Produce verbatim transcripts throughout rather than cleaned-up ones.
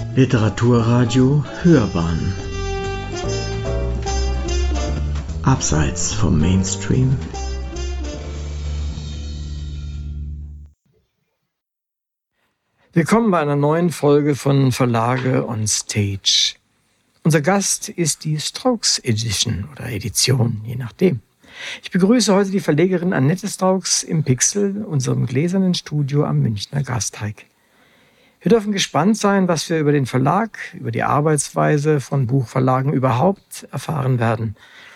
Literaturradio Hörbahn Abseits vom Mainstream. Willkommen bei einer neuen Folge von Verlage on Stage. Unser Gast ist die Strauchs Edition oder Edition, je nachdem. Ich begrüße heute die Verlegerin Annette Strauchs im Pixel, unserem gläsernen Studio am Münchner Gasteig. Wir dürfen gespannt sein, was wir über den Verlag, über die Arbeitsweise von Buchverlagen überhaupt erfahren werden.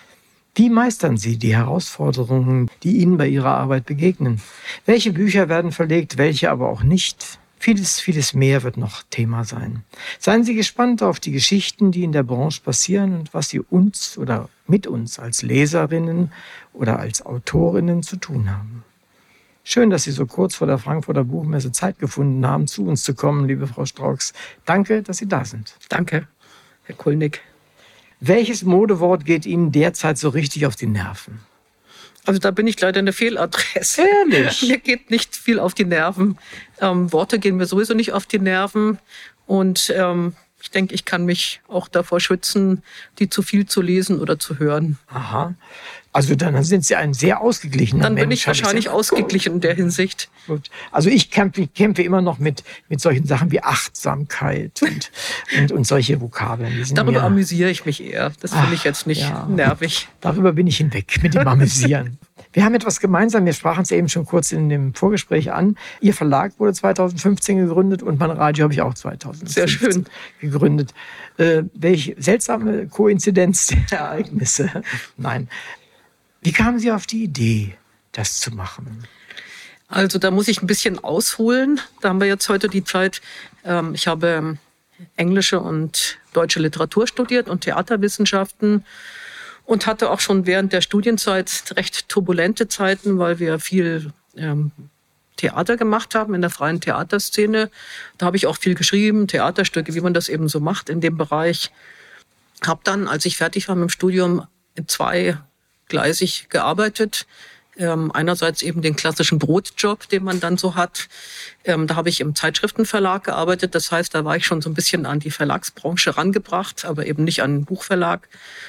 Wie meistern Sie die Herausforderungen, die Ihnen bei Ihrer Arbeit begegnen? Welche Bücher werden verlegt, welche aber auch nicht? Vieles, vieles mehr wird noch Thema sein. Seien Sie gespannt auf die Geschichten, die in der Branche passieren und was sie uns oder mit uns als Leserinnen oder als Autorinnen zu tun haben. Schön, dass Sie so kurz vor der Frankfurter Buchmesse Zeit gefunden haben, zu uns zu kommen, liebe Frau Strauchs. Danke, dass Sie da sind. Danke, Herr Kulnig. Welches Modewort geht Ihnen derzeit so richtig auf die Nerven? Also da bin ich leider eine Fehladresse. Ehrlich? Mir geht nicht viel auf die Nerven. Ähm, Worte gehen mir sowieso nicht auf die Nerven. Und ähm, ich denke, ich kann mich auch davor schützen, die zu viel zu lesen oder zu hören. Aha. Also dann sind Sie ein sehr ausgeglichener Dann Mensch. bin ich wahrscheinlich ausgeglichen in der Hinsicht. Gut. Also ich kämpfe, kämpfe immer noch mit, mit solchen Sachen wie Achtsamkeit und, und, und solche Vokabeln. Die sind Darüber mir, amüsiere ich mich eher. Das finde ich jetzt nicht ja, nervig. Darüber bin ich hinweg, mit dem Amüsieren. Wir haben etwas gemeinsam, wir sprachen es eben schon kurz in dem Vorgespräch an. Ihr Verlag wurde zweitausendfünfzehn gegründet und mein Radio habe ich auch zweitausendfünfzehn Sehr schön. gegründet. Äh, welche seltsame Koinzidenz der Ereignisse. Nein. Wie kamen Sie auf die Idee, das zu machen? Also da muss ich ein bisschen ausholen. Da haben wir jetzt heute die Zeit. Ähm, ich habe englische und deutsche Literatur studiert und Theaterwissenschaften und hatte auch schon während der Studienzeit recht turbulente Zeiten, weil wir viel ähm, Theater gemacht haben in der freien Theaterszene. Da habe ich auch viel geschrieben, Theaterstücke, wie man das eben so macht in dem Bereich. Habe dann, als ich fertig war mit dem Studium, zwei gleisig gearbeitet. Ähm, einerseits eben den klassischen Brotjob, den man dann so hat. Ähm, da habe ich im Zeitschriftenverlag gearbeitet. Das heißt, da war ich schon so ein bisschen an die Verlagsbranche rangebracht, aber eben nicht an den Buchverlag.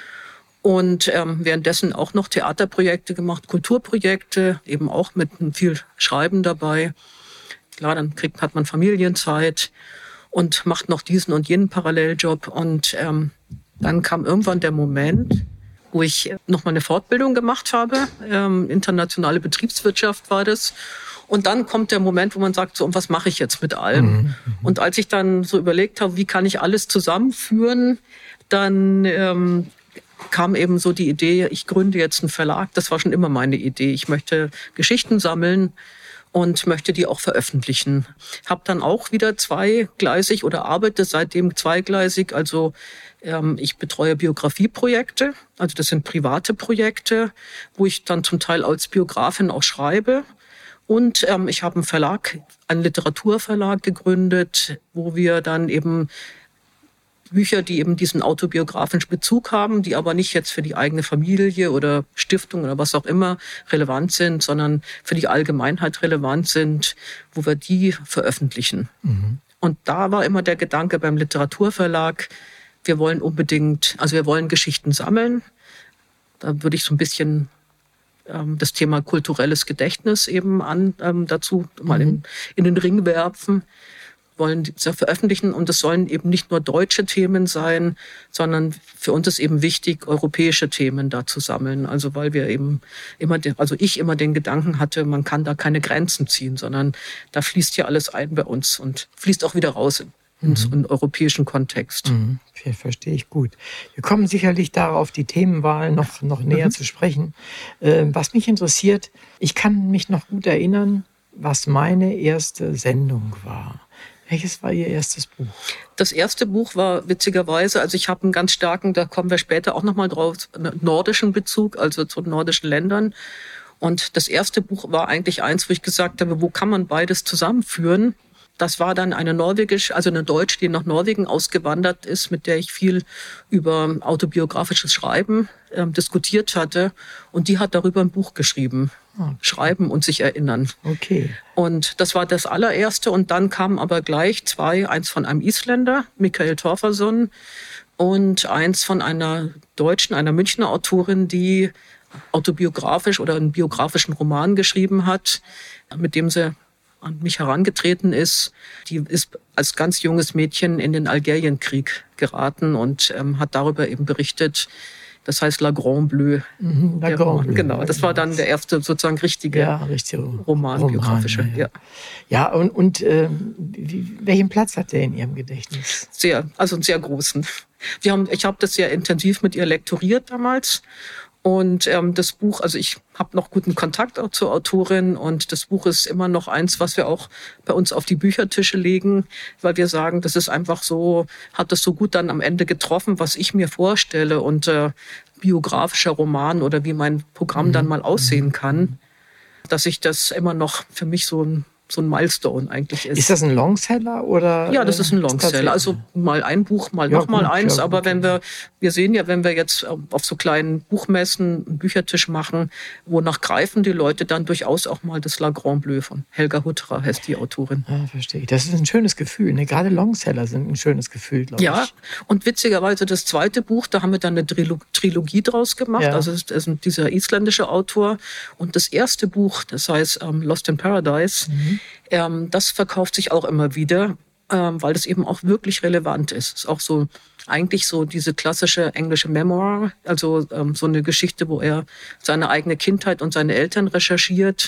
Und ähm, währenddessen auch noch Theaterprojekte gemacht, Kulturprojekte, eben auch mit viel Schreiben dabei. Klar, dann kriegt, hat man Familienzeit und macht noch diesen und jenen Paralleljob. Und ähm, dann kam irgendwann der Moment, wo ich noch mal eine Fortbildung gemacht habe. Ähm, internationale Betriebswirtschaft war das. Und dann kommt der Moment, wo man sagt, so, und was mache ich jetzt mit allem? Mhm. Und als ich dann so überlegt habe, wie kann ich alles zusammenführen, dann ähm, kam eben so die Idee, ich gründe jetzt einen Verlag. Das war schon immer meine Idee. Ich möchte Geschichten sammeln und möchte die auch veröffentlichen. Habe dann auch wieder zweigleisig oder arbeite seitdem zweigleisig. Also ähm, ich betreue Biografieprojekte, also das sind private Projekte, wo ich dann zum Teil als Biografin auch schreibe. Und ähm, ich habe einen Verlag, einen Literaturverlag gegründet, wo wir dann eben Bücher, die eben diesen autobiografischen Bezug haben, die aber nicht jetzt für die eigene Familie oder Stiftung oder was auch immer relevant sind, sondern für die Allgemeinheit relevant sind, wo wir die veröffentlichen. Mhm. Und da war immer der Gedanke beim Literaturverlag, wir wollen unbedingt, also wir wollen Geschichten sammeln. Da würde ich so ein bisschen ähm, das Thema kulturelles Gedächtnis eben an ähm, dazu mhm. mal in, in den Ring werfen. Wollen diese veröffentlichen und es sollen eben nicht nur deutsche Themen sein, sondern für uns ist eben wichtig, europäische Themen da zu sammeln. Also weil wir eben immer, den, also ich immer den Gedanken hatte, man kann da keine Grenzen ziehen, sondern da fließt ja alles ein bei uns und fließt auch wieder raus in, mhm. in den europäischen Kontext. Mhm. Verstehe ich gut. Wir kommen sicherlich darauf, die Themenwahl noch, noch näher mhm. zu sprechen. Äh, was mich interessiert, ich kann mich noch gut erinnern, was meine erste Sendung war. Welches war Ihr erstes Buch? Das erste Buch war witzigerweise, also ich habe einen ganz starken, da kommen wir später auch nochmal drauf, einen nordischen Bezug, also zu den nordischen Ländern. Und das erste Buch war eigentlich eins, wo ich gesagt habe, wo kann man beides zusammenführen? Das war dann eine norwegisch, also eine Deutsche, die nach Norwegen ausgewandert ist, mit der ich viel über autobiografisches Schreiben ähm, diskutiert hatte. Und die hat darüber ein Buch geschrieben. Okay. Schreiben und sich erinnern. Okay. Und das war das allererste. Und dann kamen aber gleich zwei, eins von einem Isländer, Mikael Torfason, und eins von einer Deutschen, einer Münchner Autorin, die autobiografisch oder einen biografischen Roman geschrieben hat, mit dem sie an mich herangetreten ist. Die ist als ganz junges Mädchen in den Algerienkrieg geraten und ähm, hat darüber eben berichtet. Das heißt La Grande Bleue. Mhm, La Grande Bleue. Genau, das war dann der erste sozusagen richtige ja, richtige Roman, Roman biografische. Ja, ja. ja und, und ähm, wie, welchen Platz hat der in Ihrem Gedächtnis? Sehr, also einen sehr großen. Wir haben, ich habe das sehr intensiv mit ihr lektoriert damals. Und ähm, das Buch, also ich habe noch guten Kontakt auch zur Autorin und das Buch ist immer noch eins, was wir auch bei uns auf die Büchertische legen, weil wir sagen, das ist einfach so, hat das so gut dann am Ende getroffen, was ich mir vorstelle und äh, biografischer Roman oder wie mein Programm dann mal aussehen kann, dass ich das immer noch für mich so ein so ein Milestone eigentlich ist. Ist das ein Longseller oder? Ja, das ist ein Longseller. Also mal ein Buch, mal ja, noch mal gut, eins. Ja, aber wenn wir, wir sehen ja, wenn wir jetzt auf so kleinen Buchmessen einen Büchertisch machen, wonach greifen die Leute dann durchaus auch mal das La Grande Bleue von Helga Hutterer, heißt die Autorin. Ja, verstehe ich. Das ist ein schönes Gefühl. Ne? Gerade Longseller sind ein schönes Gefühl, glaube ich. Ja, und witzigerweise das zweite Buch, da haben wir dann eine Trilogie draus gemacht. Ja. Also es ist dieser isländische Autor. Und das erste Buch, das heißt um, Lost in Paradise, mhm. Ähm, das verkauft sich auch immer wieder, ähm, weil das eben auch wirklich relevant ist. Es ist auch so eigentlich so diese klassische englische Memoir, also ähm, so eine Geschichte, wo er seine eigene Kindheit und seine Eltern recherchiert.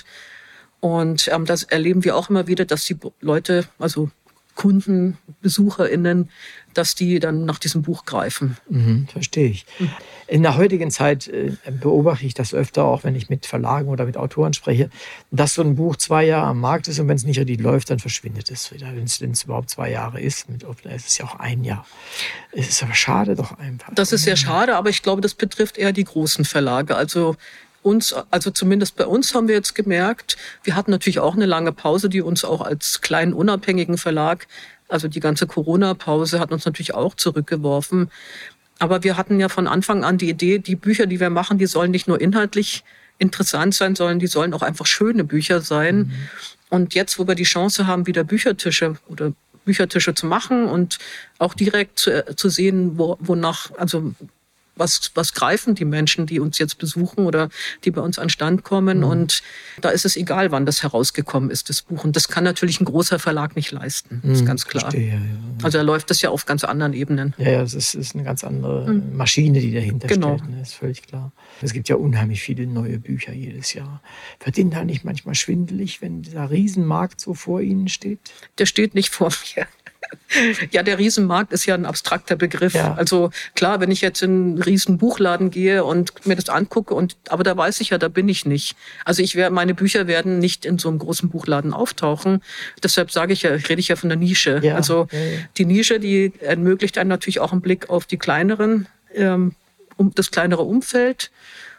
Und ähm, das erleben wir auch immer wieder, dass die Leute, also Kunden, BesucherInnen, dass die dann nach diesem Buch greifen. Mhm, verstehe ich. Mhm. In der heutigen Zeit äh, beobachte ich das öfter, auch wenn ich mit Verlagen oder mit Autoren spreche, dass so ein Buch zwei Jahre am Markt ist und wenn es nicht richtig läuft, dann verschwindet es wieder. Wenn es überhaupt zwei Jahre ist, mit, ist es ja auch ein Jahr. Es ist aber schade doch einfach. Das ist sehr schade, aber ich glaube, das betrifft eher die großen Verlage. Also uns, also zumindest bei uns haben wir jetzt gemerkt, wir hatten natürlich auch eine lange Pause, die uns auch als kleinen unabhängigen Verlag, also die ganze Corona-Pause hat uns natürlich auch zurückgeworfen. Aber wir hatten ja von Anfang an die Idee, die Bücher, die wir machen, die sollen nicht nur inhaltlich interessant sein, sondern die sollen auch einfach schöne Bücher sein. Mhm. Und jetzt, wo wir die Chance haben, wieder Büchertische oder Büchertische zu machen und auch direkt zu, zu sehen, wo, wonach, also Was, was greifen die Menschen, die uns jetzt besuchen oder die bei uns an Stand kommen. Mhm. Und da ist es egal, wann das herausgekommen ist, das Buch. Und das kann natürlich ein großer Verlag nicht leisten. Das ist ganz klar. Verstehe, ja, ja. Also da läuft das ja auf ganz anderen Ebenen. Ja, ja, es ist, ist eine ganz andere mhm. Maschine, die dahinter genau. steht. Ne? Das ist völlig klar. Es gibt ja unheimlich viele neue Bücher jedes Jahr. Wird Ihnen da nicht manchmal schwindelig, wenn dieser Riesenmarkt so vor Ihnen steht? Der steht nicht vor mir. Ja, der Riesenmarkt ist ja ein abstrakter Begriff. Ja. Also klar, wenn ich jetzt in einen riesen Buchladen gehe und mir das angucke, und aber da weiß ich ja, da bin ich nicht. Also ich werde, meine Bücher werden nicht in so einem großen Buchladen auftauchen. Deshalb sage ich ja, rede ich ja von der Nische. Ja. Also ja, ja. Die Nische, die ermöglicht einem natürlich auch einen Blick auf die kleineren, ähm, um das kleinere Umfeld.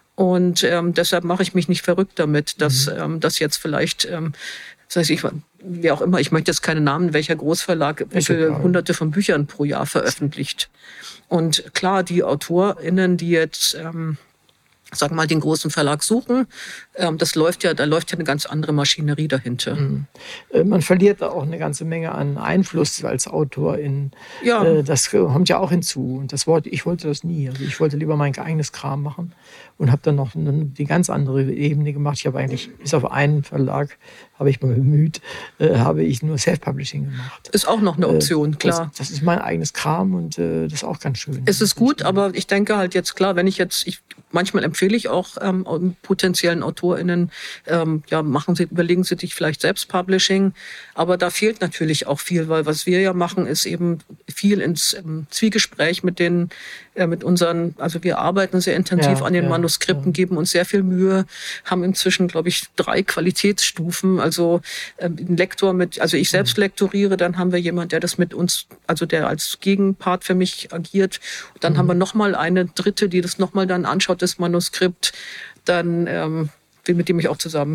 Und ähm, deshalb mache ich mich nicht verrückt damit, dass mhm. ähm, das jetzt vielleicht ähm, das heißt, ich, wie auch immer, ich möchte jetzt keine Namen, welcher Großverlag wie viele hunderte von Büchern pro Jahr veröffentlicht. Und klar, die AutorInnen, die jetzt, ähm, sagen wir mal, den großen Verlag suchen, ähm, das läuft ja, da läuft ja eine ganz andere Maschinerie dahinter. Mhm. Man verliert da auch eine ganze Menge an Einfluss als Autor in, ja. äh, das kommt ja auch hinzu. Und das wollte, ich wollte das nie. Also ich wollte lieber mein eigenes Kram machen und habe dann noch eine, die ganz andere Ebene gemacht. Ich habe eigentlich, bis auf einen Verlag, habe ich mal bemüht, äh, habe ich nur Self-Publishing gemacht. Ist auch noch eine Option, äh, klar. Das, das ist mein eigenes Kram und äh, das ist auch ganz schön. Es ist gut, aber ich denke halt jetzt, klar, wenn ich jetzt, ich, manchmal empfehle ich auch ähm, potenziellen AutorInnen, ähm, ja, machen Sie, überlegen Sie sich vielleicht Selbst-Publishing, aber da fehlt natürlich auch viel, weil was wir ja machen, ist eben viel ins ähm, Zwiegespräch mit den, äh, mit unseren, also wir arbeiten sehr intensiv ja, an den ja, Manuskripten, ja. geben uns sehr viel Mühe, haben inzwischen, glaube ich, drei Qualitätsstufen. Also ähm, ein Lektor mit, also ich selbst lektoriere, dann haben wir jemand, der das mit uns, also der als Gegenpart für mich agiert. Dann mhm. haben wir nochmal eine dritte, die das nochmal dann anschaut, das Manuskript, dann ähm, mit dem ich auch zusammen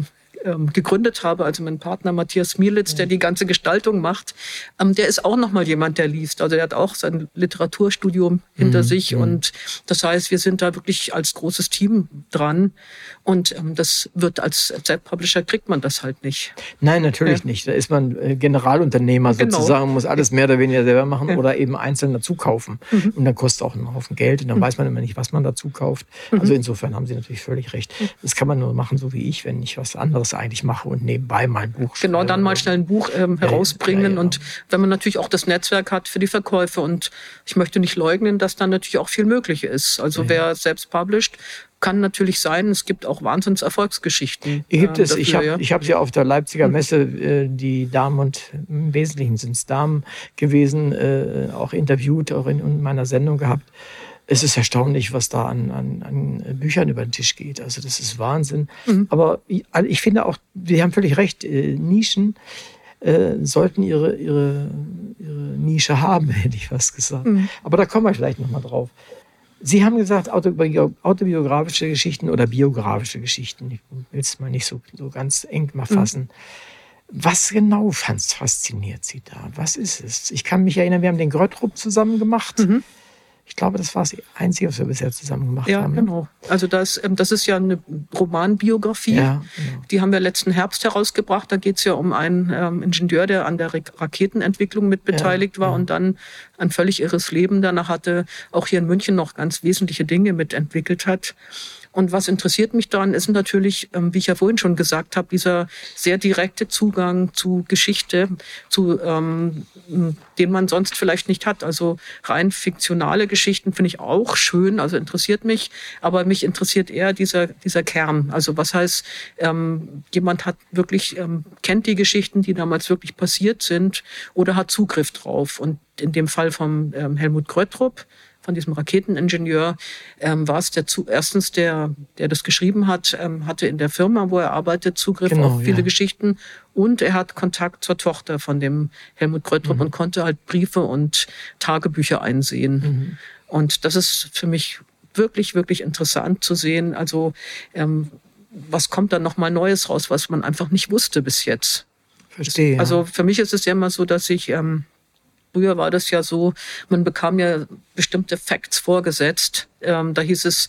ähm, gegründet habe, also mein Partner Matthias Mielitz, der die ganze Gestaltung macht, ähm, der ist auch nochmal jemand, der liest. Also der hat auch sein Literaturstudium hinter mhm. sich und das heißt, wir sind da wirklich als großes Team dran und ähm, das wird als Self-Publisher kriegt man das halt nicht. Nein, natürlich ja. nicht. Da ist man äh, Generalunternehmer genau. sozusagen, muss alles mehr oder weniger selber machen ja. oder eben einzeln dazu kaufen. Mhm. Und dann kostet auch einen Haufen Geld und dann mhm. weiß man immer nicht, was man dazu kauft. Mhm. Also insofern haben Sie natürlich völlig recht. Das kann man nur machen, so wie ich, wenn ich was anderes eigentlich mache und nebenbei mal ein Buch schreibe. Genau, dann mal schnell ein Buch ähm, herausbringen. Ja, ja, ja. Und wenn man natürlich auch das Netzwerk hat für die Verkäufe. Und ich möchte nicht leugnen, dass dann natürlich auch viel möglich ist. Also ja. wer selbst published, kann natürlich sein, es gibt auch Wahnsinns-Erfolgsgeschichten. Gibt äh, es. Dafür, ich habe ja. ich hab ja auf der Leipziger Messe äh, die Damen und im Wesentlichen sind es Damen gewesen, äh, auch interviewt, auch in, in meiner Sendung gehabt. Es ist erstaunlich, was da an, an, an Büchern über den Tisch geht. Also das ist Wahnsinn. Mhm. Aber ich, ich finde auch, Sie haben völlig recht, äh, Nischen äh, sollten ihre, ihre, ihre Nische haben, hätte ich fast gesagt. Mhm. Aber da kommen wir vielleicht nochmal drauf. Sie haben gesagt, autobiografische Geschichten oder biografische Geschichten. Ich will es mal nicht so, so ganz eng mal fassen. Mhm. Was genau fasziniert Sie da? Was ist es? Ich kann mich erinnern, wir haben den Gröttrup zusammen gemacht. Mhm. Ich glaube, das war das Einzige, was wir bisher zusammen gemacht ja, haben. Ja, genau. Also das, das ist ja eine Romanbiografie. Ja, genau. Die haben wir letzten Herbst herausgebracht. Da geht es ja um einen ähm, Ingenieur, der an der Raketenentwicklung mit beteiligt ja, war ja. und dann ein völlig irres Leben danach hatte, auch hier in München noch ganz wesentliche Dinge mitentwickelt hat. Und was interessiert mich daran, ist natürlich, wie ich ja vorhin schon gesagt habe, dieser sehr direkte Zugang zu Geschichte, zu ähm, den man sonst vielleicht nicht hat. Also rein fiktionale Geschichten finde ich auch schön, also interessiert mich. Aber mich interessiert eher dieser dieser Kern. Also was heißt, ähm, jemand hat wirklich ähm, kennt die Geschichten, die damals wirklich passiert sind, oder hat Zugriff drauf. Und in dem Fall vom ähm, Helmut Gröttrup, von diesem Raketeningenieur, ähm, war es der zu, erstens der, der das geschrieben hat, ähm, hatte in der Firma, wo er arbeitet, Zugriff genau, auf viele ja. Geschichten und er hat Kontakt zur Tochter von dem Helmut Gröttrup mhm. und konnte halt Briefe und Tagebücher einsehen. Mhm. Und das ist für mich wirklich, wirklich interessant zu sehen. Also ähm, was kommt dann nochmal Neues raus, was man einfach nicht wusste bis jetzt. Verstehe. Also für mich ist es ja immer so, dass ich ähm, früher war das ja so, man bekam ja bestimmte Facts vorgesetzt. Ähm, da hieß es,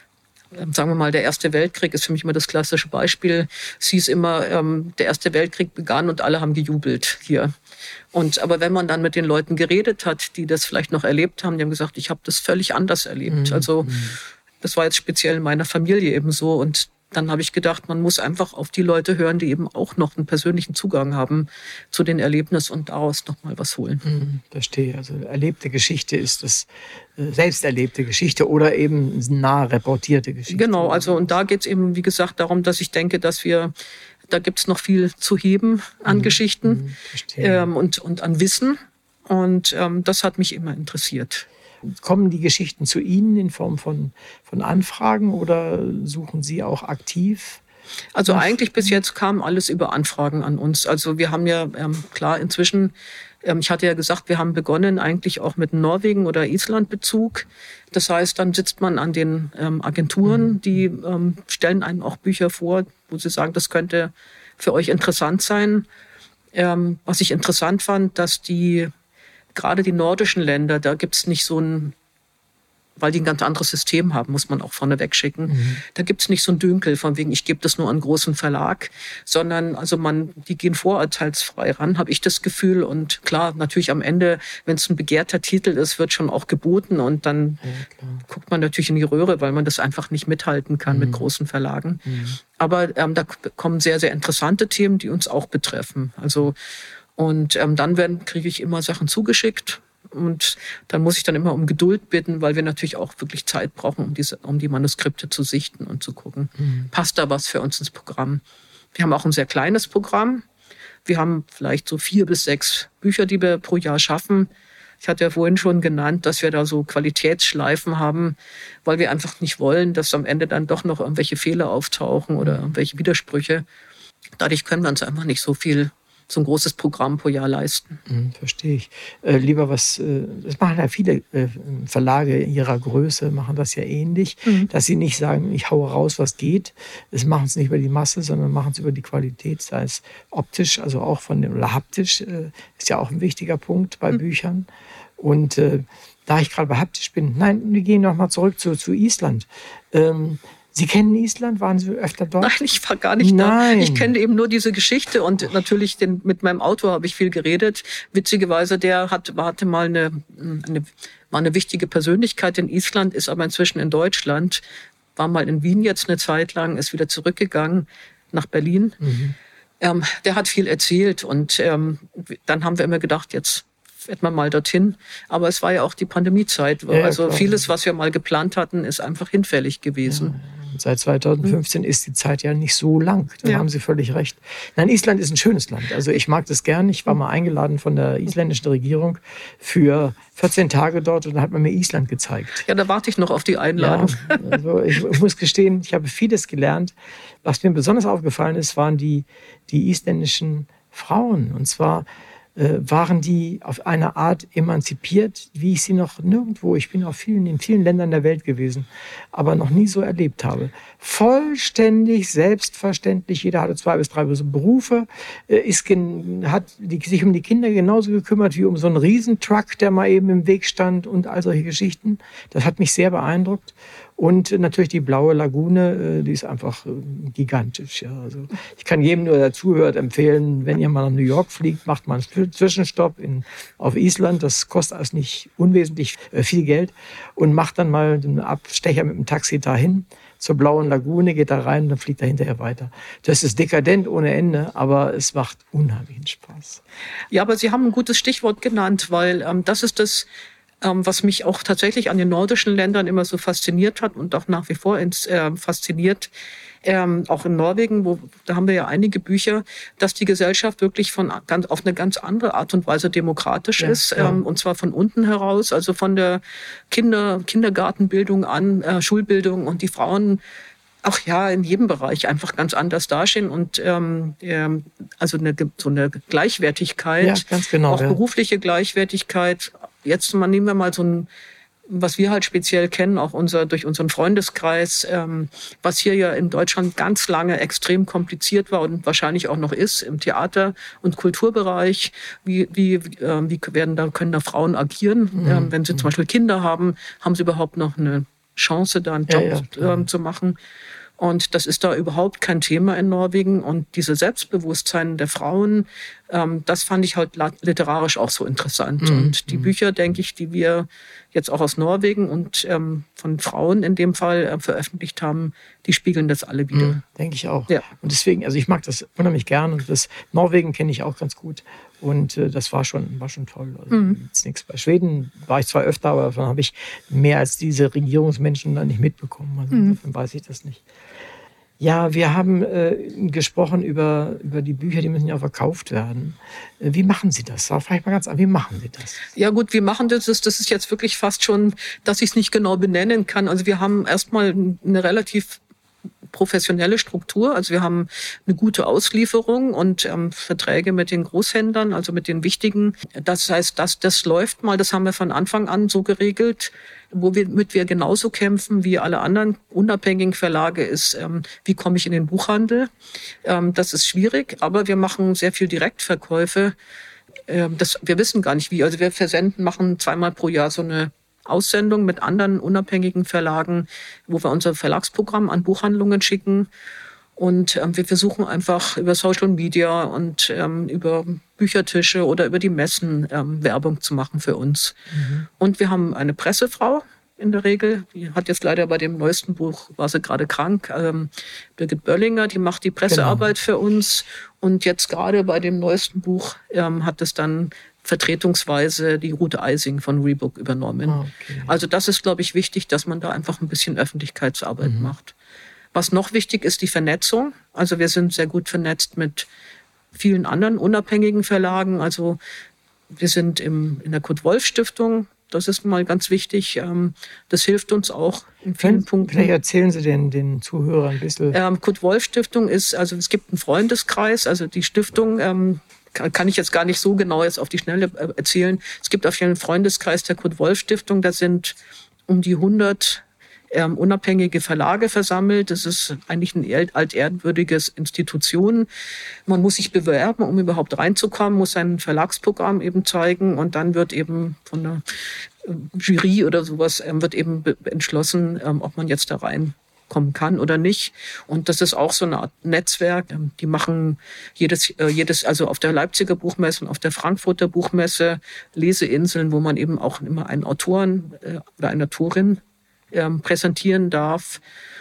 ähm, sagen wir mal, der Erste Weltkrieg ist für mich immer das klassische Beispiel. Es hieß immer, ähm, der Erste Weltkrieg begann und alle haben gejubelt hier. Und aber wenn man dann mit den Leuten geredet hat, die das vielleicht noch erlebt haben, die haben gesagt, ich habe das völlig anders erlebt. Mhm. Also das war jetzt speziell in meiner Familie eben so. Und dann habe ich gedacht, man muss einfach auf die Leute hören, die eben auch noch einen persönlichen Zugang haben zu den Erlebnissen und daraus noch mal was holen. Mhm, verstehe. Also erlebte Geschichte ist das äh, selbst erlebte Geschichte oder eben nah reportierte Geschichte. Genau, also und da geht es eben, wie gesagt, darum, dass ich denke, dass wir, da gibt es noch viel zu heben an mhm, Geschichten ähm, und, und an Wissen. Und ähm, das hat mich immer interessiert. Kommen die Geschichten zu Ihnen in Form von, von Anfragen oder suchen Sie auch aktiv? Also eigentlich bis jetzt kam alles über Anfragen an uns. Also wir haben ja, ähm, klar, inzwischen, ähm, ich hatte ja gesagt, wir haben begonnen eigentlich auch mit Norwegen oder Island Bezug. Das heißt, dann sitzt man an den ähm, Agenturen, die ähm, stellen einem auch Bücher vor, wo sie sagen, das könnte für euch interessant sein. Ähm, was ich interessant fand, dass die gerade die nordischen Länder, da gibt es nicht so ein, weil die ein ganz anderes System haben, muss man auch vorneweg schicken. Mhm. Da gibt es nicht so ein Dünkel von wegen, ich gebe das nur an einen großen Verlag, sondern also man, die gehen vorurteilsfrei ran, habe ich das Gefühl. Und klar, natürlich am Ende, wenn es ein begehrter Titel ist, wird schon auch geboten und dann ja, guckt man natürlich in die Röhre, weil man das einfach nicht mithalten kann mhm. mit großen Verlagen. Mhm. Aber ähm, da kommen sehr, sehr interessante Themen, die uns auch betreffen. Also Und ähm, dann werden kriege ich immer Sachen zugeschickt und dann muss ich dann immer um Geduld bitten, weil wir natürlich auch wirklich Zeit brauchen, um diese, um die Manuskripte zu sichten und zu gucken, mhm. passt da was für uns ins Programm. Wir haben auch ein sehr kleines Programm. Wir haben vielleicht so vier bis sechs Bücher, die wir pro Jahr schaffen. Ich hatte ja vorhin schon genannt, dass wir da so Qualitätsschleifen haben, weil wir einfach nicht wollen, dass am Ende dann doch noch irgendwelche Fehler auftauchen oder irgendwelche Widersprüche. Dadurch können wir uns einfach nicht so viel so ein großes Programm pro Jahr leisten. Hm, verstehe ich. Äh, lieber was, äh, das machen ja viele äh, Verlage ihrer Größe, machen das ja ähnlich, mhm. dass sie nicht sagen, ich haue raus, was geht. Das machen es nicht über die Masse, sondern machen es über die Qualität, sei es optisch, also auch von dem, oder haptisch, äh, ist ja auch ein wichtiger Punkt bei mhm. Büchern. Und äh, da ich gerade bei haptisch bin, nein, wir gehen noch mal zurück zu, zu Island. Ähm, Sie kennen Island? Waren Sie öfter dort? Nein, ich war gar nicht Nein. da. Ich kenne eben nur diese Geschichte und natürlich den, mit meinem Autor habe ich viel geredet. Witzigerweise, der hat, hatte mal eine, eine, war eine wichtige Persönlichkeit in Island, ist aber inzwischen in Deutschland, war mal in Wien jetzt eine Zeit lang, ist wieder zurückgegangen nach Berlin. Mhm. Ähm, der hat viel erzählt und ähm, dann haben wir immer gedacht, jetzt fährt man mal dorthin. Aber es war ja auch die Pandemiezeit. Ja, also klar. Vieles, was wir mal geplant hatten, ist einfach hinfällig gewesen. Ja. Seit zweitausendfünfzehn mhm. ist die Zeit ja nicht so lang. Da ja. haben Sie völlig recht. Nein, Island ist ein schönes Land. Also ich mag das gern. Ich war mal eingeladen von der isländischen Regierung für vierzehn Tage dort und da hat man mir Island gezeigt. Ja, da warte ich noch auf die Einladung. Ja, also ich, ich muss gestehen, ich habe vieles gelernt. Was mir besonders aufgefallen ist, waren die, die isländischen Frauen. Und zwar äh, waren die auf eine Art emanzipiert, wie ich sie noch nirgendwo, ich bin auf vielen, in vielen Ländern der Welt gewesen, aber noch nie so erlebt habe. Vollständig, selbstverständlich, jeder hatte zwei bis drei Berufe, äh, ist gen, hat die, sich um die Kinder genauso gekümmert wie um so einen Riesentruck, der mal eben im Weg stand und all solche Geschichten. Das hat mich sehr beeindruckt. Und natürlich die blaue Lagune, die ist einfach gigantisch. Ja. Also ich kann jedem, der zuhört, empfehlen, wenn ihr mal nach New York fliegt, macht mal einen Zwischenstopp in, auf Island. Das kostet also nicht unwesentlich viel Geld. Und macht dann mal einen Abstecher mit dem Taxi dahin zur blauen Lagune, geht da rein und dann fliegt er hinterher weiter. Das ist dekadent ohne Ende, aber es macht unheimlichen Spaß. Ja, aber Sie haben ein gutes Stichwort genannt, weil ähm, das ist das, was mich auch tatsächlich an den nordischen Ländern immer so fasziniert hat und auch nach wie vor ins, äh, fasziniert, ähm, auch in Norwegen, wo da haben wir ja einige Bücher, dass die Gesellschaft wirklich von ganz, auf eine ganz andere Art und Weise demokratisch ja, ist, ja. Ähm, und zwar von unten heraus, also von der Kinder, Kindergartenbildung an, äh, Schulbildung und die Frauen auch ja in jedem Bereich einfach ganz anders dastehen und ähm, ähm, also eine, so eine Gleichwertigkeit, ja, ganz genau, auch ja. berufliche Gleichwertigkeit. Jetzt mal nehmen wir mal so ein, was wir halt speziell kennen, auch unser durch unseren Freundeskreis, ähm, was hier ja in Deutschland ganz lange extrem kompliziert war und wahrscheinlich auch noch ist im Theater- und Kulturbereich. Wie wie äh, wie werden da können da Frauen agieren, mhm. ähm, wenn sie zum Beispiel Kinder haben, haben sie überhaupt noch eine Chance, da einen Job ja, ja, ähm, zu machen? Und das ist da überhaupt kein Thema in Norwegen. Und diese Selbstbewusstsein der Frauen, ähm, das fand ich halt literarisch auch so interessant. Mhm. Und die Bücher, denke ich, die wir jetzt auch aus Norwegen und ähm, von Frauen in dem Fall äh, veröffentlicht haben, die spiegeln das alle wieder. Mhm, denke ich auch. Ja. Und deswegen, also ich mag das unheimlich gern. Und das Norwegen kenne ich auch ganz gut. Und äh, das war schon, war schon toll. Also mhm. jetzt nichts. Bei Schweden war ich zwar öfter, aber davon habe ich mehr als diese Regierungsmenschen dann nicht mitbekommen. Also mhm. insofern weiß ich das nicht. Ja, wir haben äh, gesprochen über, über die Bücher, die müssen ja auch verkauft werden. Äh, wie machen Sie das? Sag vielleicht mal ganz an, wie machen Sie das? Ja gut, wie machen das? Das ist jetzt wirklich fast schon, dass ich es nicht genau benennen kann. Also wir haben erstmal eine relativ professionelle Struktur. Also wir haben eine gute Auslieferung und ähm, Verträge mit den Großhändlern, also mit den wichtigen. Das heißt, das, das läuft mal, das haben wir von Anfang an so geregelt. Womit wir genauso kämpfen wie alle anderen unabhängigen Verlage ist, ähm, wie komme ich in den Buchhandel? Ähm, das ist schwierig, aber wir machen sehr viel Direktverkäufe. Ähm, das, wir wissen gar nicht wie. Also wir versenden, machen zweimal pro Jahr so eine Aussendung mit anderen unabhängigen Verlagen, wo wir unser Verlagsprogramm an Buchhandlungen schicken. Und ähm, wir versuchen einfach über Social Media und ähm, über Büchertische oder über die Messen ähm, Werbung zu machen für uns. Mhm. Und wir haben eine Pressefrau in der Regel. Die hat jetzt leider bei dem neuesten Buch, war sie gerade krank, ähm, Birgit Böllinger, die macht die Pressearbeit genau. für uns. Und jetzt gerade bei dem neuesten Buch ähm, hat es dann vertretungsweise die Ruth Eising von Rebook übernommen. Ah, okay. Also das ist, glaube ich, wichtig, dass man da einfach ein bisschen Öffentlichkeitsarbeit mhm. macht. Was noch wichtig ist, die Vernetzung. Also wir sind sehr gut vernetzt mit vielen anderen unabhängigen Verlagen. Also wir sind im, in der Kurt-Wolf-Stiftung. Das ist mal ganz wichtig. Das hilft uns auch in vielen Vielleicht Punkten. Vielleicht erzählen Sie den, den Zuhörern ein bisschen. Ähm, Kurt-Wolf-Stiftung ist, also es gibt einen Freundeskreis. Also die Stiftung ähm, kann ich jetzt gar nicht so genau jetzt auf die Schnelle erzählen. Es gibt auf jeden Freundeskreis der Kurt-Wolf-Stiftung, da sind um die hundert ähm, unabhängige Verlage versammelt. Das ist eigentlich eine altehrwürdiges Institution. Man muss sich bewerben, um überhaupt reinzukommen, muss sein Verlagsprogramm eben zeigen und dann wird eben von der Jury oder sowas ähm, wird eben entschlossen, ähm, ob man jetzt da rein kommen kann oder nicht. Und das ist auch so eine Art Netzwerk. Die machen jedes, jedes, also auf der Leipziger Buchmesse und auf der Frankfurter Buchmesse Leseinseln, wo man eben auch immer einen Autoren äh, oder eine Autorin äh, präsentieren darf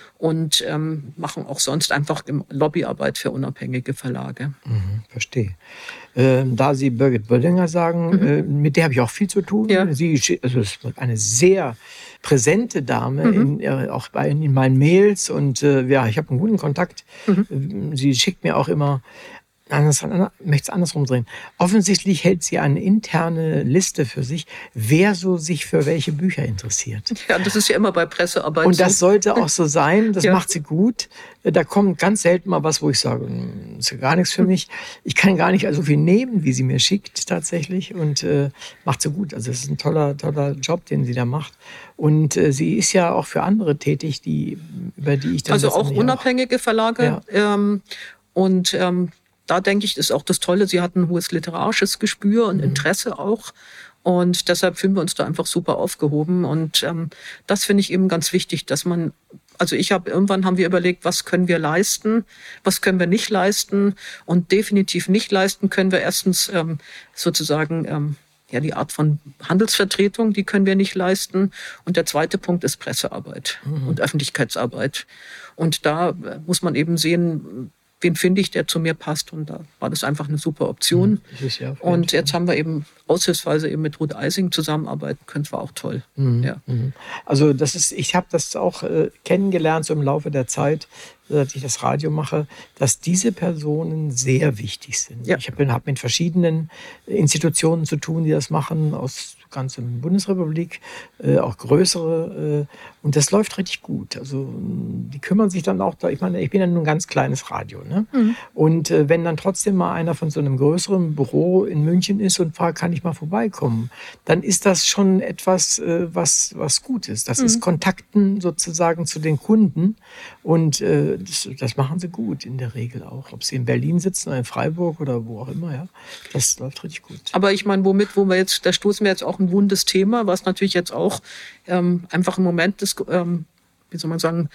und ähm, machen auch sonst einfach Lobbyarbeit für unabhängige Verlage. Mhm, verstehe. Ähm, da Sie Birgit Böllinger sagen, mhm. äh, mit der habe ich auch viel zu tun. Ja. Sie also ist eine sehr präsente Dame, mhm. in, äh, auch bei, in meinen Mails. Und äh, ja, ich habe einen guten Kontakt. Mhm. Sie schickt mir auch immer, anders, möchte es andersrum drehen. Offensichtlich hält sie eine interne Liste für sich, wer so sich für welche Bücher interessiert. Ja, das ist ja immer bei Pressearbeit. Und das so. sollte auch so sein. Das ja. macht sie gut. Da kommt ganz selten mal was, wo ich sage, das ist ja gar nichts für mich. Ich kann gar nicht so viel nehmen, wie sie mir schickt tatsächlich. Und äh, macht sie gut. Also es ist ein toller, toller Job, den sie da macht. Und äh, sie ist ja auch für andere tätig, die, über die ich dann... Also auch unabhängige Verlage. Ja. Ähm, und... Ähm, Da denke ich, ist auch das Tolle, sie hat ein hohes literarisches Gespür und Interesse auch. Und deshalb fühlen wir uns da einfach super aufgehoben. Und ähm, das finde ich eben ganz wichtig, dass man, also ich habe, irgendwann haben wir überlegt, was können wir leisten, was können wir nicht leisten. Und definitiv nicht leisten können wir erstens ähm, sozusagen ähm, ja die Art von Handelsvertretung, die können wir nicht leisten. Und der zweite Punkt ist Pressearbeit mhm. und Öffentlichkeitsarbeit. Und da muss man eben sehen, wen finde ich, der zu mir passt. Und da war das einfach eine super Option. Mhm, ja und jetzt haben wir eben aushilfsweise eben mit Ruth Eising zusammenarbeiten können. Das war auch toll. Mhm, ja. mhm. Also das ist, ich habe das auch äh, kennengelernt so im Laufe der Zeit, seit ich das Radio mache, dass diese Personen sehr wichtig sind. Ja. Ich habe hab mit verschiedenen Institutionen zu tun, die das machen, aus ganz in der Bundesrepublik, äh, auch größere. Äh, und das läuft richtig gut. Also die kümmern sich dann auch da. Ich meine, ich bin ja nur ein ganz kleines Radio. Ne? Mhm. Und äh, wenn dann trotzdem mal einer von so einem größeren Büro in München ist und fragt, kann ich mal vorbeikommen, dann ist das schon etwas, äh, was, was gut ist. Das mhm. ist Kontakten sozusagen zu den Kunden. Und äh, das, das machen sie gut in der Regel auch. Ob sie in Berlin sitzen oder in Freiburg oder wo auch immer. Ja, das läuft richtig gut. Aber ich meine, womit, wo wir jetzt, da stoßen wir jetzt auch ein wundes Thema, was natürlich jetzt auch ähm, einfach im Moment ist, ähm, wie soll man sagen,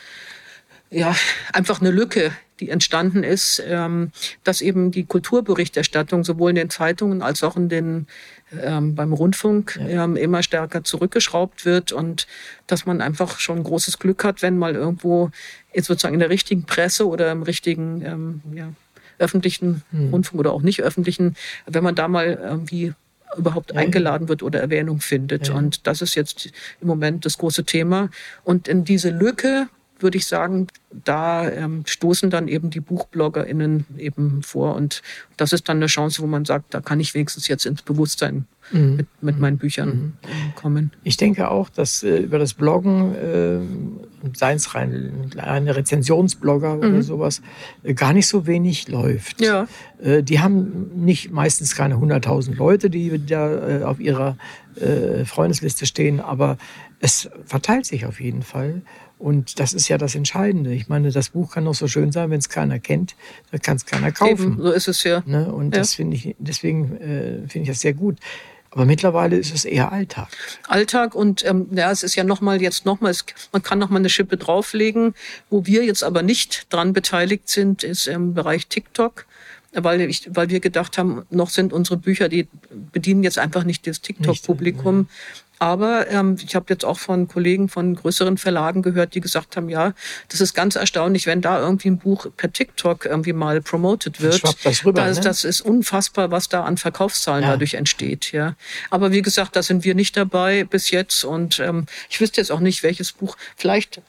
ja, einfach eine Lücke, die entstanden ist, ähm, dass eben die Kulturberichterstattung sowohl in den Zeitungen als auch in den, ähm, beim Rundfunk ja. ähm, immer stärker zurückgeschraubt wird und dass man einfach schon großes Glück hat, wenn mal irgendwo jetzt sozusagen in der richtigen Presse oder im richtigen ähm, ja, öffentlichen hm. Rundfunk oder auch nicht öffentlichen, wenn man da mal irgendwie überhaupt ja, eingeladen wird oder Erwähnung findet. Ja. Und das ist jetzt im Moment das große Thema. Und in diese Lücke, würde ich sagen, da ähm, stoßen dann eben die BuchbloggerInnen eben vor. Und das ist dann eine Chance, wo man sagt, da kann ich wenigstens jetzt ins Bewusstsein mhm. mit, mit meinen Büchern mhm. kommen. Ich denke auch, dass äh, über das Bloggen, äh, seien es rein eine Rezensionsblogger mhm. oder sowas, äh, gar nicht so wenig läuft. Ja. Äh, die haben nicht meistens keine hunderttausend Leute, die da äh, auf ihrer äh, Freundesliste stehen, aber es verteilt sich auf jeden Fall. Und das ist ja das Entscheidende. Ich meine, das Buch kann doch so schön sein, wenn es keiner kennt, dann kann es keiner kaufen. Eben, so ist es ja. Ne? Und ja. das finde ich, deswegen äh, finde ich das sehr gut. Aber mittlerweile ist es eher Alltag. Alltag und ähm, ja, es ist ja nochmal jetzt nochmal, man kann nochmal eine Schippe drauflegen. Wo wir jetzt aber nicht dran beteiligt sind, ist im Bereich TikTok. Weil, ich, weil wir gedacht haben, noch sind unsere Bücher, die bedienen jetzt einfach nicht das TikTok-Publikum. Nicht, ja. Aber ähm, ich habe jetzt auch von Kollegen von größeren Verlagen gehört, die gesagt haben, ja, das ist ganz erstaunlich, wenn da irgendwie ein Buch per TikTok irgendwie mal promotet wird. Das, rüber, das, ne? das ist unfassbar, was da an Verkaufszahlen ja. dadurch entsteht. Ja. Aber wie gesagt, da sind wir nicht dabei bis jetzt. Und ähm, ich wüsste jetzt auch nicht, welches Buch, vielleicht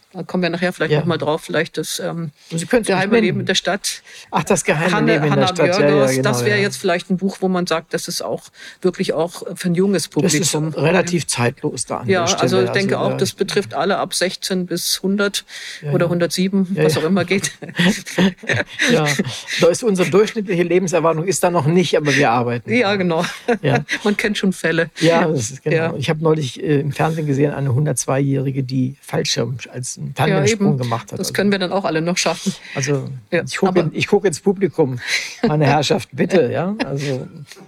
Da kommen wir nachher vielleicht Ja. noch mal drauf, vielleicht das ähm, Sie können es geheime nicht Leben nennen. der Stadt. Ach, das geheime Hanne, Leben in Hanna der Stadt. Björgers, Ja, ja, genau, das wäre ja. jetzt vielleicht ein Buch, wo man sagt, das ist auch wirklich auch für ein junges Das ist Publikum. relativ zeitlos da an Ja, der Stelle. also ich denke auch, ja. das betrifft alle ab sechzehn bis hundert Ja, oder ja. hundertsieben, Ja, was ja. auch immer geht. Ja, da ist unsere durchschnittliche Lebenserwartung ist da noch nicht, aber wir arbeiten. Ja, genau. Ja. Man kennt schon Fälle. Ja, das ist genau. Ja. Ich habe neulich äh, im Fernsehen gesehen, eine hundertzweijährige, die Fallschirm als einen Ja, Tandemsprung eben. gemacht hat. Das können wir dann auch alle noch schaffen. Also Ja, ich gucke aber- ich guck ins Publikum, meine Herrschaft, bitte. Ja, also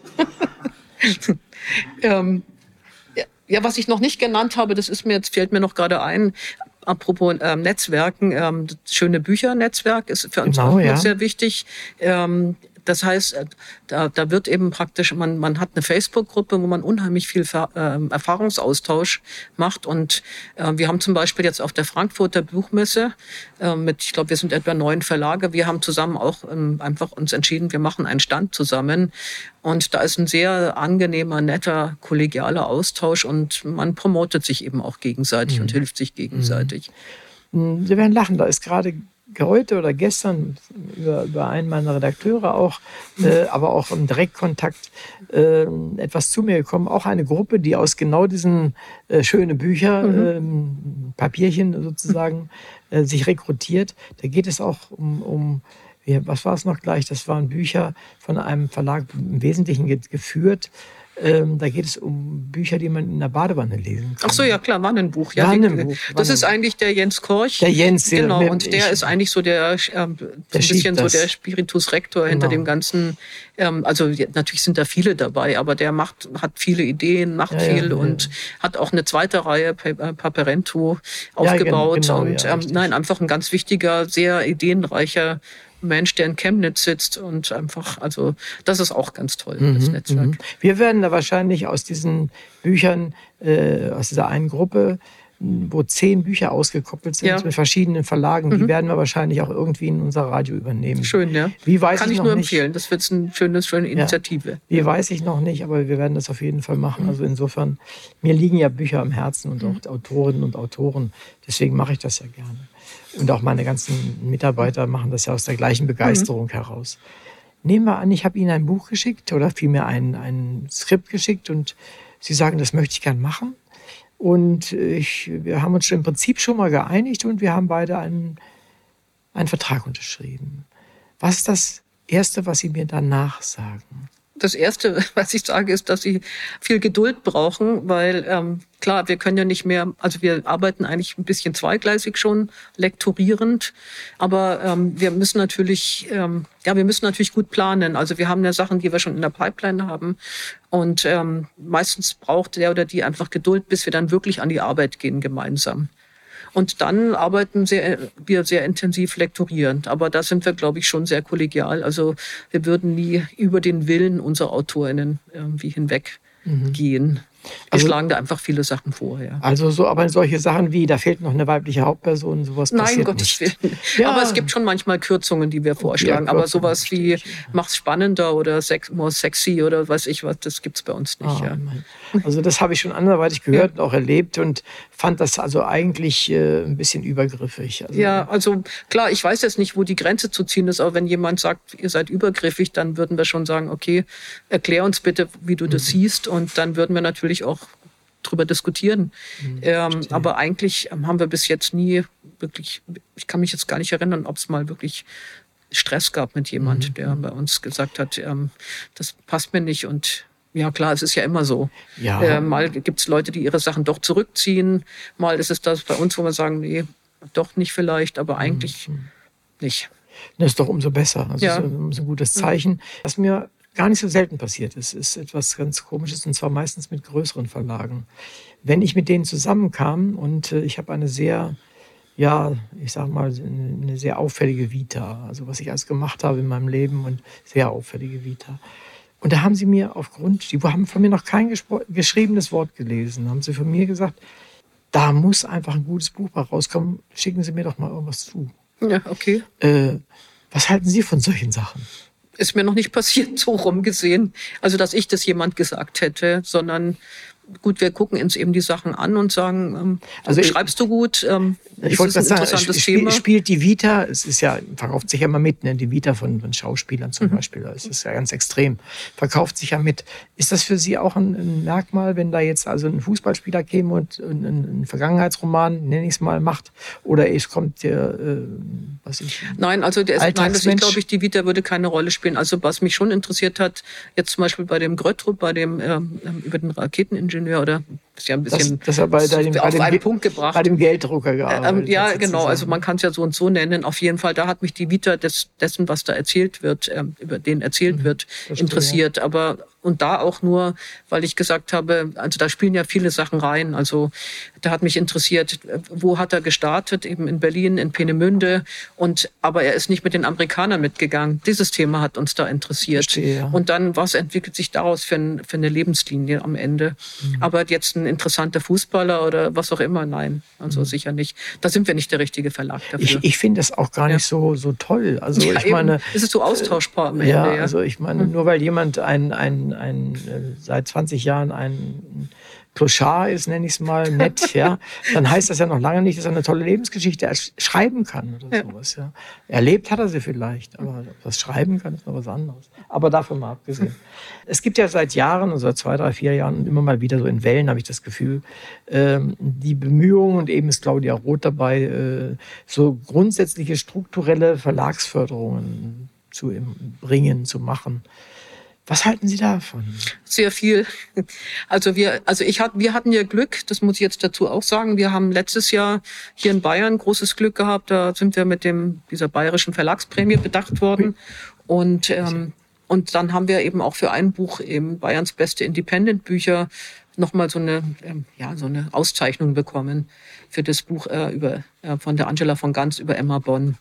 Ähm, ja, ja, was ich noch nicht genannt habe, das ist mir jetzt fällt mir noch gerade ein. Apropos ähm, Netzwerken, ähm, das schöne Büchernetzwerk ist für uns Genau, auch ja. noch sehr wichtig. Ähm, das heißt, äh, da, da wird eben praktisch, man, man hat eine Facebook-Gruppe, wo man unheimlich viel Ver, ähm, Erfahrungsaustausch macht. Und äh, wir haben zum Beispiel jetzt auf der Frankfurter Buchmesse äh, mit, ich glaube, wir sind etwa neun Verlage, wir haben zusammen auch ähm, einfach uns entschieden, wir machen einen Stand zusammen. Und da ist ein sehr angenehmer, netter, kollegialer Austausch und man promotet sich eben auch gegenseitig Mhm. und hilft sich gegenseitig. mh, Sie werden lachen, da ist gerade heute oder gestern über, über einen meiner Redakteure auch, äh, aber auch im Direktkontakt äh, etwas zu mir gekommen. Auch eine Gruppe, die aus genau diesen äh, schönen Bücher, ähm, Papierchen sozusagen, äh, sich rekrutiert. Da geht es auch um, um wie, was war es noch gleich? Das waren Bücher von einem Verlag im Wesentlichen ge- geführt. Ähm, da geht es um Bücher, die man in der Badewanne lesen kann. Ach so, ja klar, Wannenbuch. Ja, Wannenbuch, die, das ist Wannenbuch. eigentlich der Jens Korch. Der Jens, der- Genau, mit- und der ich- ist eigentlich so der, ähm, so ein schiebt bisschen so das. der Spiritus Rector hinter Genau. dem ganzen, ähm, also ja, natürlich sind da viele dabei, aber der macht, hat viele Ideen, macht Ja, ja, viel ja. und hat auch eine zweite Reihe, Pa- äh, Paperento, Ja, gen- aufgebaut. genau, und ja, ähm, richtig. nein, einfach ein ganz wichtiger, sehr ideenreicher Mensch, der in Chemnitz sitzt und einfach, also das ist auch ganz toll, das Netzwerk. Mhm. Wir werden da wahrscheinlich aus diesen Büchern, äh, aus dieser einen Gruppe, mh, wo zehn Bücher ausgekoppelt sind Ja. mit verschiedenen Verlagen, die werden wir wahrscheinlich auch irgendwie in unser Radio übernehmen. Schön, ja. Wie weiß Kann ich ich noch nur nicht. empfehlen. Das wird eine schöne, schöne Initiative. Wie weiß ich noch nicht, aber wir werden das auf jeden Fall machen. Also insofern, mir liegen ja Bücher am Herzen und auch Autorinnen und Autoren. Deswegen mache ich das ja gerne. Und auch meine ganzen Mitarbeiter machen das ja aus der gleichen Begeisterung heraus. Nehmen wir an, ich habe Ihnen ein Buch geschickt oder vielmehr ein, ein Skript geschickt und Sie sagen, das möchte ich gern machen. Und ich, wir haben uns schon im Prinzip schon mal geeinigt und wir haben beide einen, einen Vertrag unterschrieben. Was ist das Erste, was Sie mir danach sagen? Das Erste, was ich sage, ist, dass sie viel Geduld brauchen, weil ähm, klar, wir können ja nicht mehr, also wir arbeiten eigentlich ein bisschen zweigleisig schon, lektorierend, aber ähm, wir müssen natürlich, ähm, ja, wir müssen natürlich gut planen. Also wir haben ja Sachen, die wir schon in der Pipeline haben und ähm, meistens braucht der oder die einfach Geduld, bis wir dann wirklich an die Arbeit gehen gemeinsam. Und dann arbeiten sehr, wir sehr intensiv lektorierend. Aber da sind wir, glaube ich, schon sehr kollegial. Also wir würden nie über den Willen unserer AutorInnen irgendwie hinweg gehen. Wir Also- schlagen da einfach viele Sachen vor. Ja. Also so, aber solche Sachen wie, da fehlt noch eine weibliche Hauptperson, sowas Nein, passiert Gottes nicht. Willen. Ja. Aber es gibt schon manchmal Kürzungen, die wir vorschlagen. Ja, Aber Kürzungen, sowas wie, richtig, ja. mach's spannender oder sex, more sexy oder weiß ich was, das gibt's bei uns nicht. Ah, ja. Mann. Also das habe ich schon anderweitig gehört und auch erlebt und fand das also eigentlich äh, ein bisschen übergriffig. Also, Ja, also klar, ich weiß jetzt nicht, wo die Grenze zu ziehen ist, aber wenn jemand sagt, ihr seid übergriffig, dann würden wir schon sagen, okay, erklär uns bitte, wie du das siehst und dann würden wir natürlich auch drüber diskutieren. ähm, aber eigentlich ähm, haben wir bis jetzt nie wirklich, ich kann mich jetzt gar nicht erinnern, ob es mal wirklich Stress gab mit jemand, der bei uns gesagt hat, ähm, das passt mir nicht und ja klar, es ist ja immer so. Ja. Äh, mal gibt es Leute, die ihre Sachen doch zurückziehen. Mal ist es das bei uns, wo wir sagen, nee, doch nicht vielleicht, aber eigentlich nicht. Das ist doch umso besser. Also Ja. das ist umso ein gutes Zeichen. Was mir gar nicht so selten passiert ist, ist etwas ganz Komisches und zwar meistens mit größeren Verlagen. Wenn ich mit denen zusammenkam und äh, ich habe eine sehr, ja, ich sag mal, eine sehr auffällige Vita, also was ich alles gemacht habe in meinem Leben und sehr auffällige Vita. Und da haben sie mir aufgrund, die haben von mir noch kein gespro- geschriebenes Wort gelesen, haben sie von mir gesagt, da muss einfach ein gutes Buch bei rauskommen, schicken Sie mir doch mal irgendwas zu. Ja, okay. Äh, was halten Sie von solchen Sachen? Ist mir noch nicht passiert, so rumgesehen. Also, dass ich das jemand gesagt hätte, sondern gut, wir gucken uns eben die Sachen an und sagen, ähm, Also schreibst du gut, ähm, Ich ist wollte das gerade ein sagen, interessantes spiel, Thema? spielt die Vita, es ist ja, verkauft sich ja immer mit, ne? Die Vita von, von Schauspielern zum Mhm. Beispiel, das ist ja ganz extrem, verkauft sich ja mit. Ist das für Sie auch ein, ein Merkmal, wenn da jetzt also ein Fußballspieler käme und einen, einen Vergangenheitsroman, nenne ich es mal, macht? Oder es kommt der, äh, was ich... Nein, also der ist, nein, das, ich Alltagsmensch? glaube, ich, die Vita würde keine Rolle spielen. Also was mich schon interessiert hat, jetzt zum Beispiel bei dem Gröttrup, bei dem ähm, über den Raketeningenieur oder ist ja ein bisschen Das, das er bei, bei dem, auf bei dem, einen Punkt gebracht. Bei dem Gelddrucker gearbeitet. Ähm, ja, hat, genau. Also sozusagen. man kann es ja so und so nennen. Auf jeden Fall, da hat mich die Vita des, dessen, was da erzählt wird, ähm, über den erzählt Mhm, wird, verstehe, interessiert. Aber und da auch nur, weil ich gesagt habe, also da spielen ja viele Sachen rein. Also da hat mich interessiert, wo hat er gestartet? Eben in Berlin, in Peenemünde. Und aber er ist nicht mit den Amerikanern mitgegangen. Dieses Thema hat uns da interessiert. Verstehe, ja. Und dann, was entwickelt sich daraus für, ein, für eine Lebenslinie am Ende? Mhm. Aber jetzt ein interessanter Fußballer oder was auch immer, nein, also mhm. sicher nicht. Da sind wir nicht der richtige Verlag dafür. Ich, ich finde das auch gar nicht ja. so, so toll. Also ja, ich meine, es ist so austauschbar am ja, Ende. Ja, also ich meine, mhm. nur weil jemand ein, ein, ein, ein seit zwanzig Jahren ein Clochard ist, nenne ich es mal, nett, ja, dann heißt das ja noch lange nicht, dass er eine tolle Lebensgeschichte schreiben kann oder ja. sowas. Ja. Erlebt hat er sie vielleicht, aber das Schreiben kann, ist noch was anderes. Aber davon mal abgesehen. Es gibt ja seit Jahren, also seit zwei, drei, vier Jahren, immer mal wieder so in Wellen, habe ich das Gefühl, ähm, die Bemühungen, und eben ist Claudia Roth dabei, äh, so grundsätzliche strukturelle Verlagsförderungen zu bringen, zu machen. Was halten Sie davon? Sehr viel. Also wir, also ich hat, wir hatten ja Glück, das muss ich jetzt dazu auch sagen. Wir haben letztes Jahr hier in Bayern großes Glück gehabt. Da sind wir mit dem, dieser bayerischen Verlagsprämie bedacht worden. Und, ähm, und dann haben wir eben auch für ein Buch eben Bayerns beste Independent-Bücher nochmal so eine, ähm, ja, so eine Auszeichnung bekommen für das Buch äh, über, äh, von der Angela von Ganz über Emma Bonn.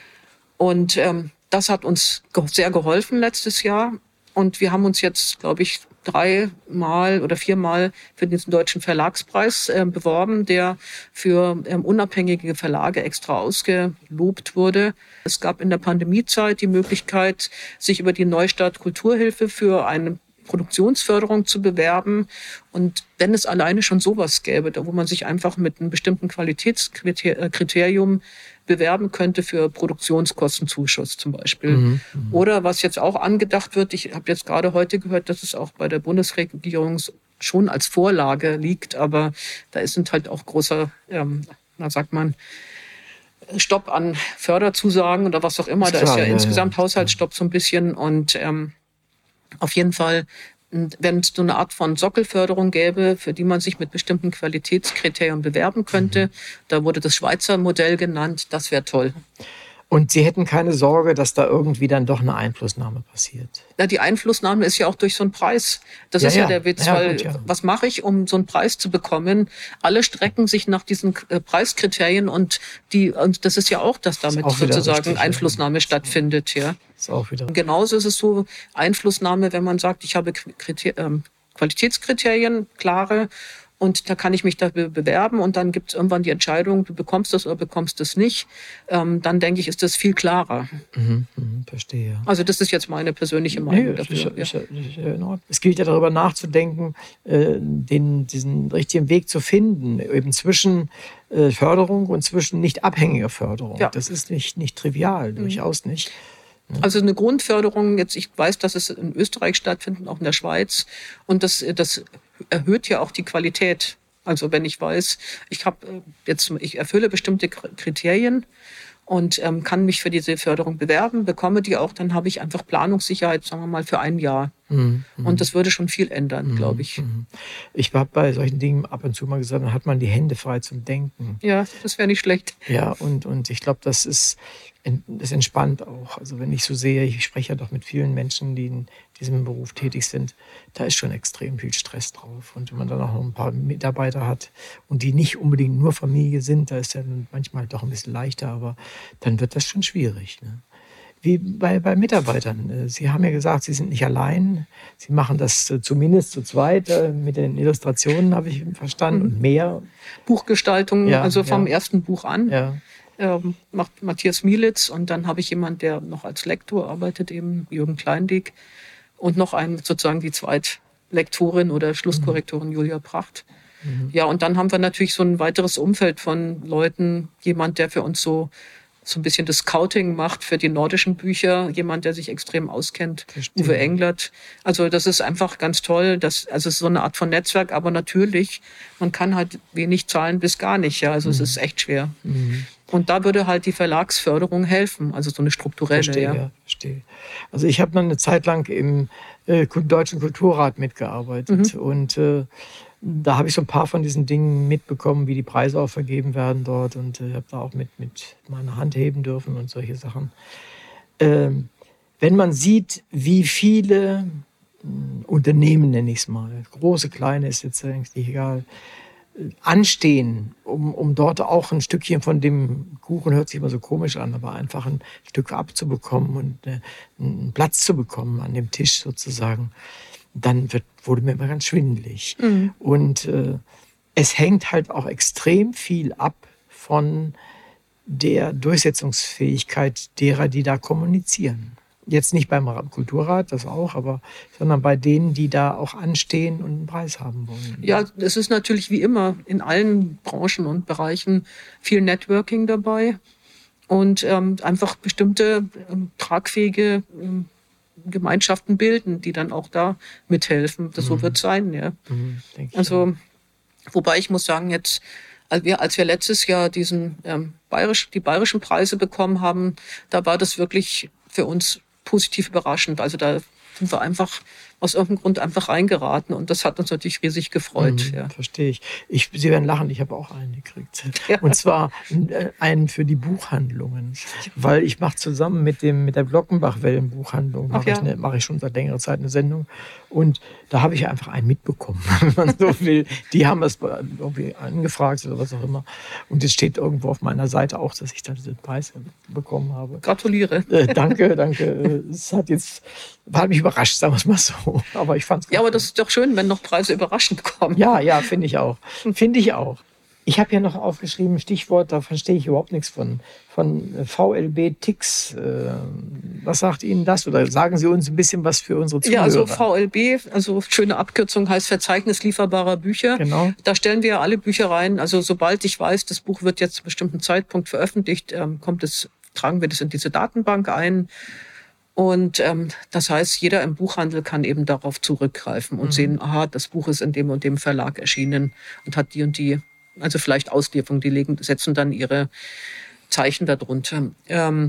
Und ähm, das hat uns ge- sehr geholfen letztes Jahr. Und wir haben uns jetzt, glaube ich, dreimal oder viermal für diesen deutschen Verlagspreis äh, beworben, der für ähm, unabhängige Verlage extra ausgelobt wurde. Es gab in der Pandemiezeit die Möglichkeit, sich über die Neustart Kulturhilfe für eine Produktionsförderung zu bewerben. Und wenn es alleine schon sowas gäbe, da wo man sich einfach mit einem bestimmten Qualitätskriterium bewerben könnte für Produktionskostenzuschuss zum Beispiel. Mhm, Oder was jetzt auch angedacht wird, ich habe jetzt gerade heute gehört, dass es auch bei der Bundesregierung schon als Vorlage liegt, aber da sind halt auch großer, ähm, na sagt man, Stopp an Förderzusagen oder was auch immer. Da ist ja, ja insgesamt ja, Haushaltsstopp so ein bisschen und ähm, auf jeden Fall, wenn es so eine Art von Sockelförderung gäbe, für die man sich mit bestimmten Qualitätskriterien bewerben könnte, mhm. da wurde das Schweizer Modell genannt, das wäre toll. Und Sie hätten keine Sorge, dass da irgendwie dann doch eine Einflussnahme passiert? Ja, die Einflussnahme ist ja auch durch so einen Preis. Das ja, ist ja, ja der Witz, ja, weil gut, ja. was mache ich, um so einen Preis zu bekommen? Alle strecken sich nach diesen äh, Preiskriterien und die und das ist ja auch, dass damit das sozusagen richtig, Einflussnahme ja. stattfindet. Ja. Ist auch wieder. Und genauso ist es so Einflussnahme, wenn man sagt, ich habe Kriter- äh, Qualitätskriterien, klare. Und da kann ich mich dafür bewerben und dann gibt es irgendwann die Entscheidung, du bekommst das oder bekommst das nicht. Ähm, dann denke ich, ist das viel klarer. Mhm, mh, verstehe. Also das ist jetzt meine persönliche Meinung nee, dafür. Ist, ja. ist, ist, ist es gilt ja darüber nachzudenken, äh, den, diesen richtigen Weg zu finden, eben zwischen äh, Förderung und zwischen nicht abhängiger Förderung. Ja. Das ist nicht, nicht trivial, mhm. durchaus nicht. Also eine Grundförderung, jetzt ich weiß, dass es in Österreich stattfindet, auch in der Schweiz. Und das, das erhöht ja auch die Qualität. Also wenn ich weiß, ich habe jetzt, ich erfülle bestimmte Kriterien und ähm, kann mich für diese Förderung bewerben, bekomme die auch, dann habe ich einfach Planungssicherheit, sagen wir mal, für ein Jahr. Mhm. Und das würde schon viel ändern, mhm. glaube ich. Ich habe bei solchen Dingen ab und zu mal gesagt, dann hat man die Hände frei zum Denken. Ja, das wäre nicht schlecht. Ja, und, und ich glaube, das ist, das entspannt auch. Also wenn ich so sehe, ich spreche ja doch mit vielen Menschen, die in diesem Beruf tätig sind, da ist schon extrem viel Stress drauf. Und wenn man dann auch noch ein paar Mitarbeiter hat und die nicht unbedingt nur Familie sind, da ist ja manchmal doch ein bisschen leichter, aber dann wird das schon schwierig, ne? Wie bei, bei Mitarbeitern. Sie haben ja gesagt, Sie sind nicht allein. Sie machen das zumindest zu zweit. Mit den Illustrationen habe ich verstanden und mehr. Buchgestaltung, ja, also vom ja. ersten Buch an. Ja. Ähm, macht Matthias Mielitz und dann habe ich jemanden, der noch als Lektor arbeitet, eben Jürgen Kleindick und noch einen sozusagen die Zweit Lektorin oder Schlusskorrektorin mhm. Julia Pracht. Mhm. Ja, und dann haben wir natürlich so ein weiteres Umfeld von Leuten, jemand, der für uns so so ein bisschen das Scouting macht für die nordischen Bücher, jemand, der sich extrem auskennt, Verstehe. Uwe Englert. Also das ist einfach ganz toll. Das, also es ist so eine Art von Netzwerk, aber natürlich, man kann halt wenig zahlen bis gar nicht. Ja, also mhm. es ist echt schwer. Mhm. Und da würde halt die Verlagsförderung helfen, also so eine strukturelle. Verstehe, ja. ja, verstehe. Also ich habe mal eine Zeit lang im äh, Deutschen Kulturrat mitgearbeitet mhm. und äh, da habe ich so ein paar von diesen Dingen mitbekommen, wie die Preise auch vergeben werden dort. Und ich äh, habe da auch mit, mit meiner Hand heben dürfen und solche Sachen. Ähm, wenn man sieht, wie viele äh, Unternehmen, nenne ich es mal, große, kleine, ist jetzt eigentlich egal, äh, anstehen, um, um dort auch ein Stückchen von dem Kuchen, hört sich immer so komisch an, aber einfach ein Stück abzubekommen und äh, einen Platz zu bekommen an dem Tisch sozusagen, dann wird, wurde mir immer ganz schwindelig. Mhm. Und äh, es hängt halt auch extrem viel ab von der Durchsetzungsfähigkeit derer, die da kommunizieren. Jetzt nicht beim Kulturrat, das auch, aber sondern bei denen, die da auch anstehen und einen Preis haben wollen. Ja, es ist natürlich wie immer in allen Branchen und Bereichen viel Networking dabei und ähm, einfach bestimmte ähm, tragfähige ähm, Gemeinschaften bilden, die dann auch da mithelfen. Das mhm. so wird sein, ja. Mhm, also, wobei ich muss sagen, jetzt, als wir, als wir letztes Jahr diesen ähm, bayerisch, die bayerischen Preise bekommen haben, da war das wirklich für uns positiv überraschend. Also da sind wir einfach aus irgendeinem Grund einfach reingeraten und das hat uns natürlich riesig gefreut. Mhm, ja. Verstehe ich. ich. Sie werden lachen, ich habe auch einen gekriegt. Ja. Und zwar einen für die Buchhandlungen. Weil ich mache zusammen mit, dem, mit der Glockenbach-Wellenbuchhandlung, mache ja. ich, mach ich schon seit längerer Zeit eine Sendung. Und da habe ich einfach einen mitbekommen, wenn man so will. Die haben es irgendwie angefragt oder was auch immer. Und es steht irgendwo auf meiner Seite auch, dass ich dann diesen Preis bekommen habe. Gratuliere. Äh, danke, danke. Es hat jetzt, hat mich überrascht, sagen wir es mal so. Aber ich fand's Ja, aber das ist doch schön, wenn noch Preise überraschend kommen. Ja, ja, finde ich auch. Finde ich auch. Ich habe ja noch aufgeschrieben, Stichwort, da verstehe ich überhaupt nichts von, von V L B-Tix. Äh, was sagt Ihnen das? Oder sagen Sie uns ein bisschen was für unsere Zuhörer? Ja, also V L B, also schöne Abkürzung, heißt Verzeichnis lieferbarer Bücher. Genau. Da stellen wir alle Bücher rein. Also sobald ich weiß, das Buch wird jetzt zu einem bestimmten Zeitpunkt veröffentlicht, ähm, kommt es, tragen wir das in diese Datenbank ein. Und ähm, das heißt, jeder im Buchhandel kann eben darauf zurückgreifen und mhm. sehen, aha, das Buch ist in dem und dem Verlag erschienen und hat die und die, also vielleicht Auslieferung, die legen, setzen dann ihre Zeichen darunter. Ähm,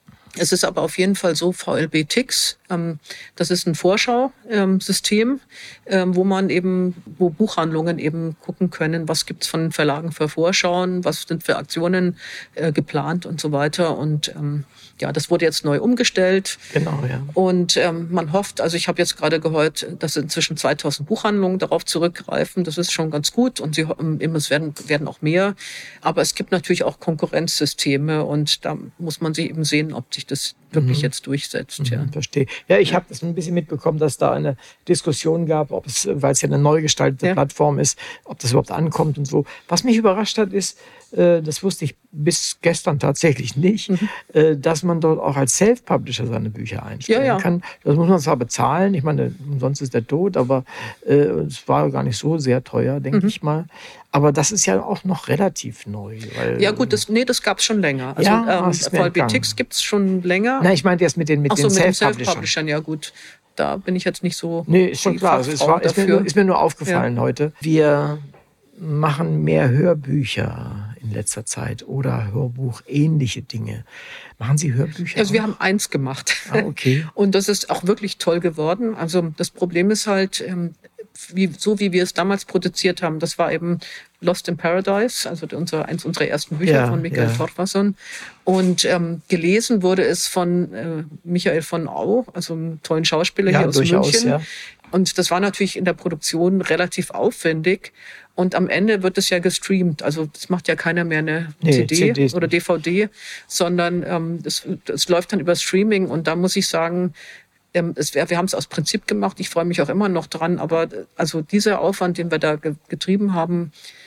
es ist aber auf jeden Fall so, V L B-Tix, ähm, das ist ein Vorschausystem, ähm, wo man eben, wo Buchhandlungen eben gucken können, was gibt's von Verlagen für Vorschauen, was sind für Aktionen äh, geplant und so weiter. Und ähm, ja, das wurde jetzt neu umgestellt. Genau, ja. Und ähm, man hofft, also ich habe jetzt gerade gehört, dass inzwischen zweitausend Buchhandlungen darauf zurückgreifen. Das ist schon ganz gut und sie, es werden, werden auch mehr. Aber es gibt natürlich auch Konkurrenzsysteme und da muss man sich eben sehen, ob sich das wirklich mhm. jetzt durchsetzt. Mhm, ja. Verstehe. Ja, ich habe das ein bisschen mitbekommen, dass da eine Diskussion gab, ob es, weil es ja eine neu gestaltete ja. Plattform ist, ob das überhaupt ankommt und so. Was mich überrascht hat, ist, äh, das wusste ich bis gestern tatsächlich nicht, mhm. äh, dass man dort auch als Self-Publisher seine Bücher einstellen ja, ja. kann. Das muss man zwar bezahlen, ich meine, umsonst ist der tot, aber äh, es war gar nicht so sehr teuer, denke mhm. ich mal. Aber das ist ja auch noch relativ neu. Weil, ja gut, das, nee, das gab es schon länger. Also ja, ähm, V L B-Tix gibt es schon länger. Nein, ich meinte jetzt mit den, mit Ach so, den mit den Self-Publishern. Self-Publishern, ja gut. Da bin ich jetzt nicht so. Nee, ist schon klar. Also es war, ist, mir nur, ist mir nur aufgefallen ja. heute. Wir machen mehr Hörbücher in letzter Zeit oder Hörbuchähnliche Dinge. Machen Sie Hörbücher? Also auch? wir haben eins gemacht. Ah, okay. Und das ist auch wirklich toll geworden. Also das Problem ist halt, wie, so wie wir es damals produziert haben, das war eben Lost in Paradise, also unser, eins unserer ersten Bücher ja, von Michael ja. Thorfason. Und ähm, gelesen wurde es von äh, Michael von Au, also einem tollen Schauspieler ja, hier aus durchaus, München. Ja. Und das war natürlich in der Produktion relativ aufwendig. Und am Ende wird es ja gestreamt. Also das macht ja keiner mehr eine nee, C D C Ds oder D V D, sondern ähm, das, das läuft dann über Streaming. Und da muss ich sagen, ähm, es, wir haben es aus Prinzip gemacht. Ich freue mich auch immer noch dran. Aber also dieser Aufwand, den wir da ge- getrieben haben,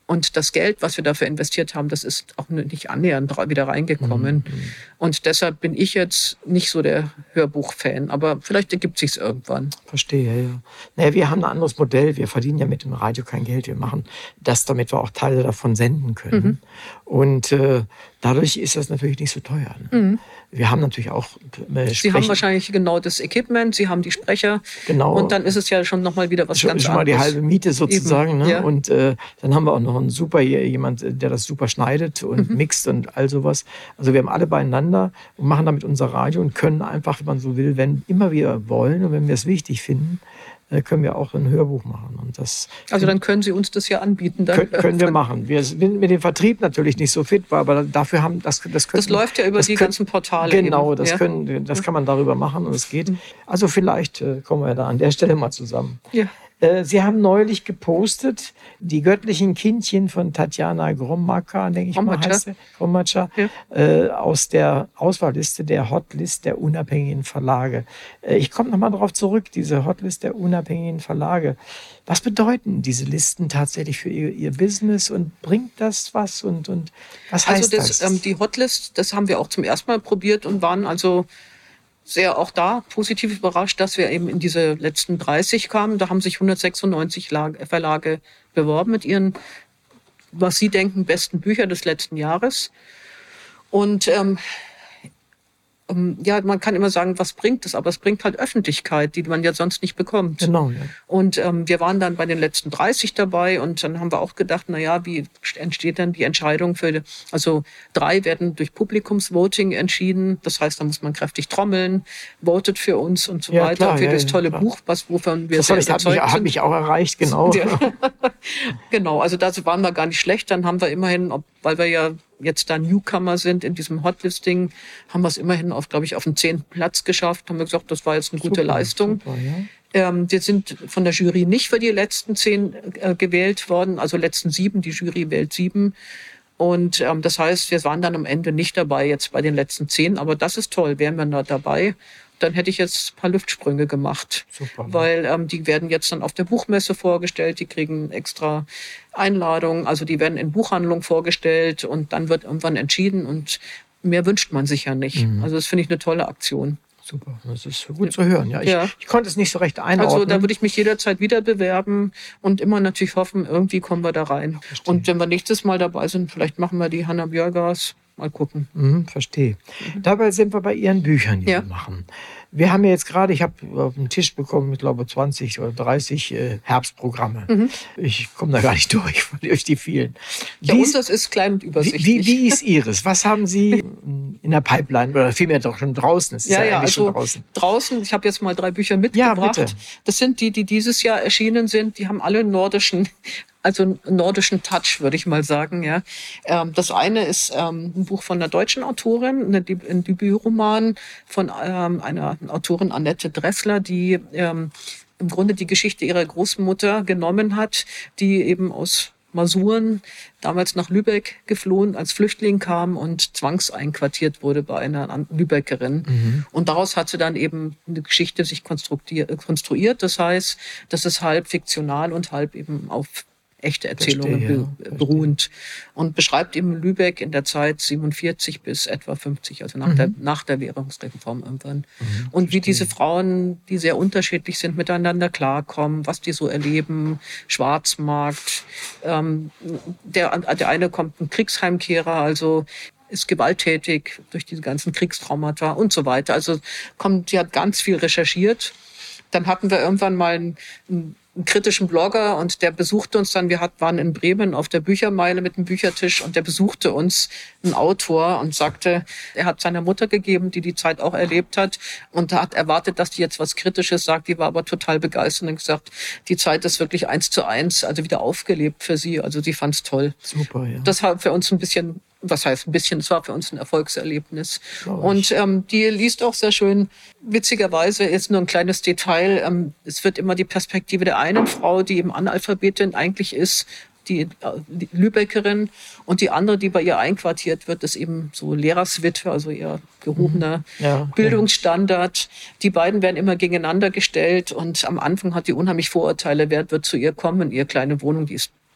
Und das Geld, was wir dafür investiert haben, das ist auch nicht annähernd wieder reingekommen. Mhm. Und deshalb bin ich jetzt nicht so der Hörbuchfan. Aber vielleicht ergibt sich's irgendwann. Verstehe, ja. Naja, wir haben ein anderes Modell. Wir verdienen ja mit dem Radio kein Geld. Wir machen das, damit wir auch Teile davon senden können. Mhm. Und äh, dadurch ist das natürlich nicht so teuer. Ne? Mhm. Wir haben natürlich auch äh, Sie haben wahrscheinlich genau das Equipment, Sie haben die Sprecher. Genau. Und dann ist es ja schon nochmal wieder was schon, ganz schon anderes. Schon mal die halbe Miete sozusagen. Ne? Ja. Und äh, dann haben wir auch noch einen super jemand, der das super schneidet und mhm. mixt und all sowas. Also wir haben alle beieinander und machen damit unser Radio und können einfach, wenn man so will, wenn immer wir wollen und wenn wir es wichtig finden, können wir auch ein Hörbuch machen. Und das also dann können Sie uns das ja anbieten. Dann können, können wir machen. Wir sind mit dem Vertrieb natürlich nicht so fit, aber dafür haben das das können, Das läuft ja über die können, ganzen Portale. Genau, eben. das ja. können, das kann man darüber machen und es geht. Also vielleicht äh, kommen wir da an der Stelle mal zusammen. Ja. Äh, Sie haben neulich gepostet, die göttlichen Kindchen von Tatjana Grommacher, denke ich Grommacher. mal, heißt sie, Grommacher, ja. äh, aus der Auswahlliste der Hotlist der unabhängigen Verlage. Äh, ich komme nochmal darauf zurück, diese Hotlist der unabhängigen Verlage. Was bedeuten diese Listen tatsächlich für Ihr, Ihr Business und bringt das was und, und was heißt also das? das? Ähm, die Hotlist, das haben wir auch zum ersten Mal probiert und waren also sehr auch da positiv überrascht, dass wir eben in diese letzten dreißig kamen. Da haben sich hundertsechsundneunzig Verlage beworben mit ihren, was sie denken, besten Büchern des letzten Jahres. Und ähm, ähm, ja, man kann immer sagen, was bringt es? Aber es bringt halt Öffentlichkeit, die man ja sonst nicht bekommt. Genau, ja. Und ähm, wir waren dann bei den letzten dreißig dabei und dann haben wir auch gedacht, na ja, wie entsteht dann die Entscheidung für, also drei werden durch Publikumsvoting entschieden. Das heißt, da muss man kräftig trommeln, votet für uns und so ja, weiter, klar, für ja, das ja, tolle klar. Buch, was, wovon wir das sehr hat überzeugt mich, sind. hat mich auch erreicht, genau. Genau, also da waren wir gar nicht schlecht. Dann haben wir immerhin, ob, weil wir ja jetzt da Newcomer sind in diesem Hotlisting, haben wir es immerhin auf, glaube ich, auf den zehnten Platz geschafft. Haben wir gesagt, das war jetzt eine gute super, Leistung. Super, ja. Ähm, wir sind von der Jury nicht für die letzten zehn äh, gewählt worden, also letzten sieben. Die Jury wählt sieben. Und ähm, das heißt, wir waren dann am Ende nicht dabei jetzt bei den letzten zehn. Aber das ist toll, wären wir da dabei. Dann hätte ich jetzt ein paar Luftsprünge gemacht. Super, ne? Weil ähm, die werden jetzt dann auf der Buchmesse vorgestellt, die kriegen extra Einladungen, also die werden in Buchhandlungen vorgestellt und dann wird irgendwann entschieden und mehr wünscht man sich ja nicht. Mhm. Also das finde ich eine tolle Aktion. Super, das ist gut zu hören. Ja, ich, ja. ich konnte es nicht so recht einordnen. Also da würde ich mich jederzeit wieder bewerben und immer natürlich hoffen, irgendwie kommen wir da rein. Verstehe. Und wenn wir nächstes Mal dabei sind, vielleicht machen wir die Hanna Björgers. Mal gucken. Mhm, verstehe. Mhm. Dabei sind wir bei Ihren Büchern, die ja. Sie machen. Wir haben ja jetzt gerade, ich habe auf den Tisch bekommen, ich glaube zwanzig oder dreißig äh, Herbstprogramme. Mhm. Ich komme da gar nicht durch, durch die vielen. Ja, wie, unseres ist klein und übersichtlich. Wie, wie, wie ist Ihres? Was haben Sie in der Pipeline oder vielmehr doch schon draußen? Es ist ja, ja, ja eigentlich also schon draußen. Draußen, ich habe jetzt mal drei Bücher mitgebracht. Ja, bitte. Das sind die, die dieses Jahr erschienen sind. Die haben alle nordischen, also nordischen Touch, würde ich mal sagen. Ja, ähm, das eine ist ähm, ein Buch von einer deutschen Autorin, ein Debütroman von ähm, einer Autorin Annette Dressler, die ähm, im Grunde die Geschichte ihrer Großmutter genommen hat, die eben aus Masuren damals nach Lübeck geflohen, als Flüchtling kam und zwangseinquartiert wurde bei einer Lübeckerin. Mhm. Und daraus hat sie dann eben eine Geschichte sich konstruiert. Das heißt, das ist halb fiktional und halb eben auf echte Erzählungen verstehe, be- beruhend und beschreibt eben Lübeck in der Zeit siebenundvierzig bis etwa fünfzig, also nach, mhm. der, nach der Währungsreform irgendwann. Mhm, und wie diese Frauen, die sehr unterschiedlich sind, miteinander klarkommen, was die so erleben, Schwarzmarkt. Ähm, der, der eine kommt ein Kriegsheimkehrer, also ist gewalttätig durch diese ganzen Kriegstraumata und so weiter. Also kommt, sie hat ganz viel recherchiert. Dann hatten wir irgendwann mal einen, einen einen kritischen Blogger und der besuchte uns dann, wir hat, waren in Bremen auf der Büchermeile mit dem Büchertisch und der besuchte uns, ein Autor, und sagte, er hat seiner Mutter gegeben, die die Zeit auch erlebt hat und hat erwartet, dass die jetzt was Kritisches sagt, die war aber total begeistert und gesagt, die Zeit ist wirklich eins zu eins, also wieder aufgelebt für sie, also sie fand es toll. Super, ja. Das war für uns ein bisschen, was heißt ein bisschen, das war für uns ein Erfolgserlebnis. Und ähm, die liest auch sehr schön, witzigerweise, jetzt nur ein kleines Detail, ähm, es wird immer die Perspektive der einen Frau, die eben Analphabetin eigentlich ist, die, die Lübeckerin, und die andere, die bei ihr einquartiert wird, ist eben so Lehrerswitwe, also eher gehobener ja, okay. Bildungsstandard. Die beiden werden immer gegeneinander gestellt und am Anfang hat die unheimlich Vorurteile, wer wird zu ihr kommen, ihre kleine Wohnung, die ist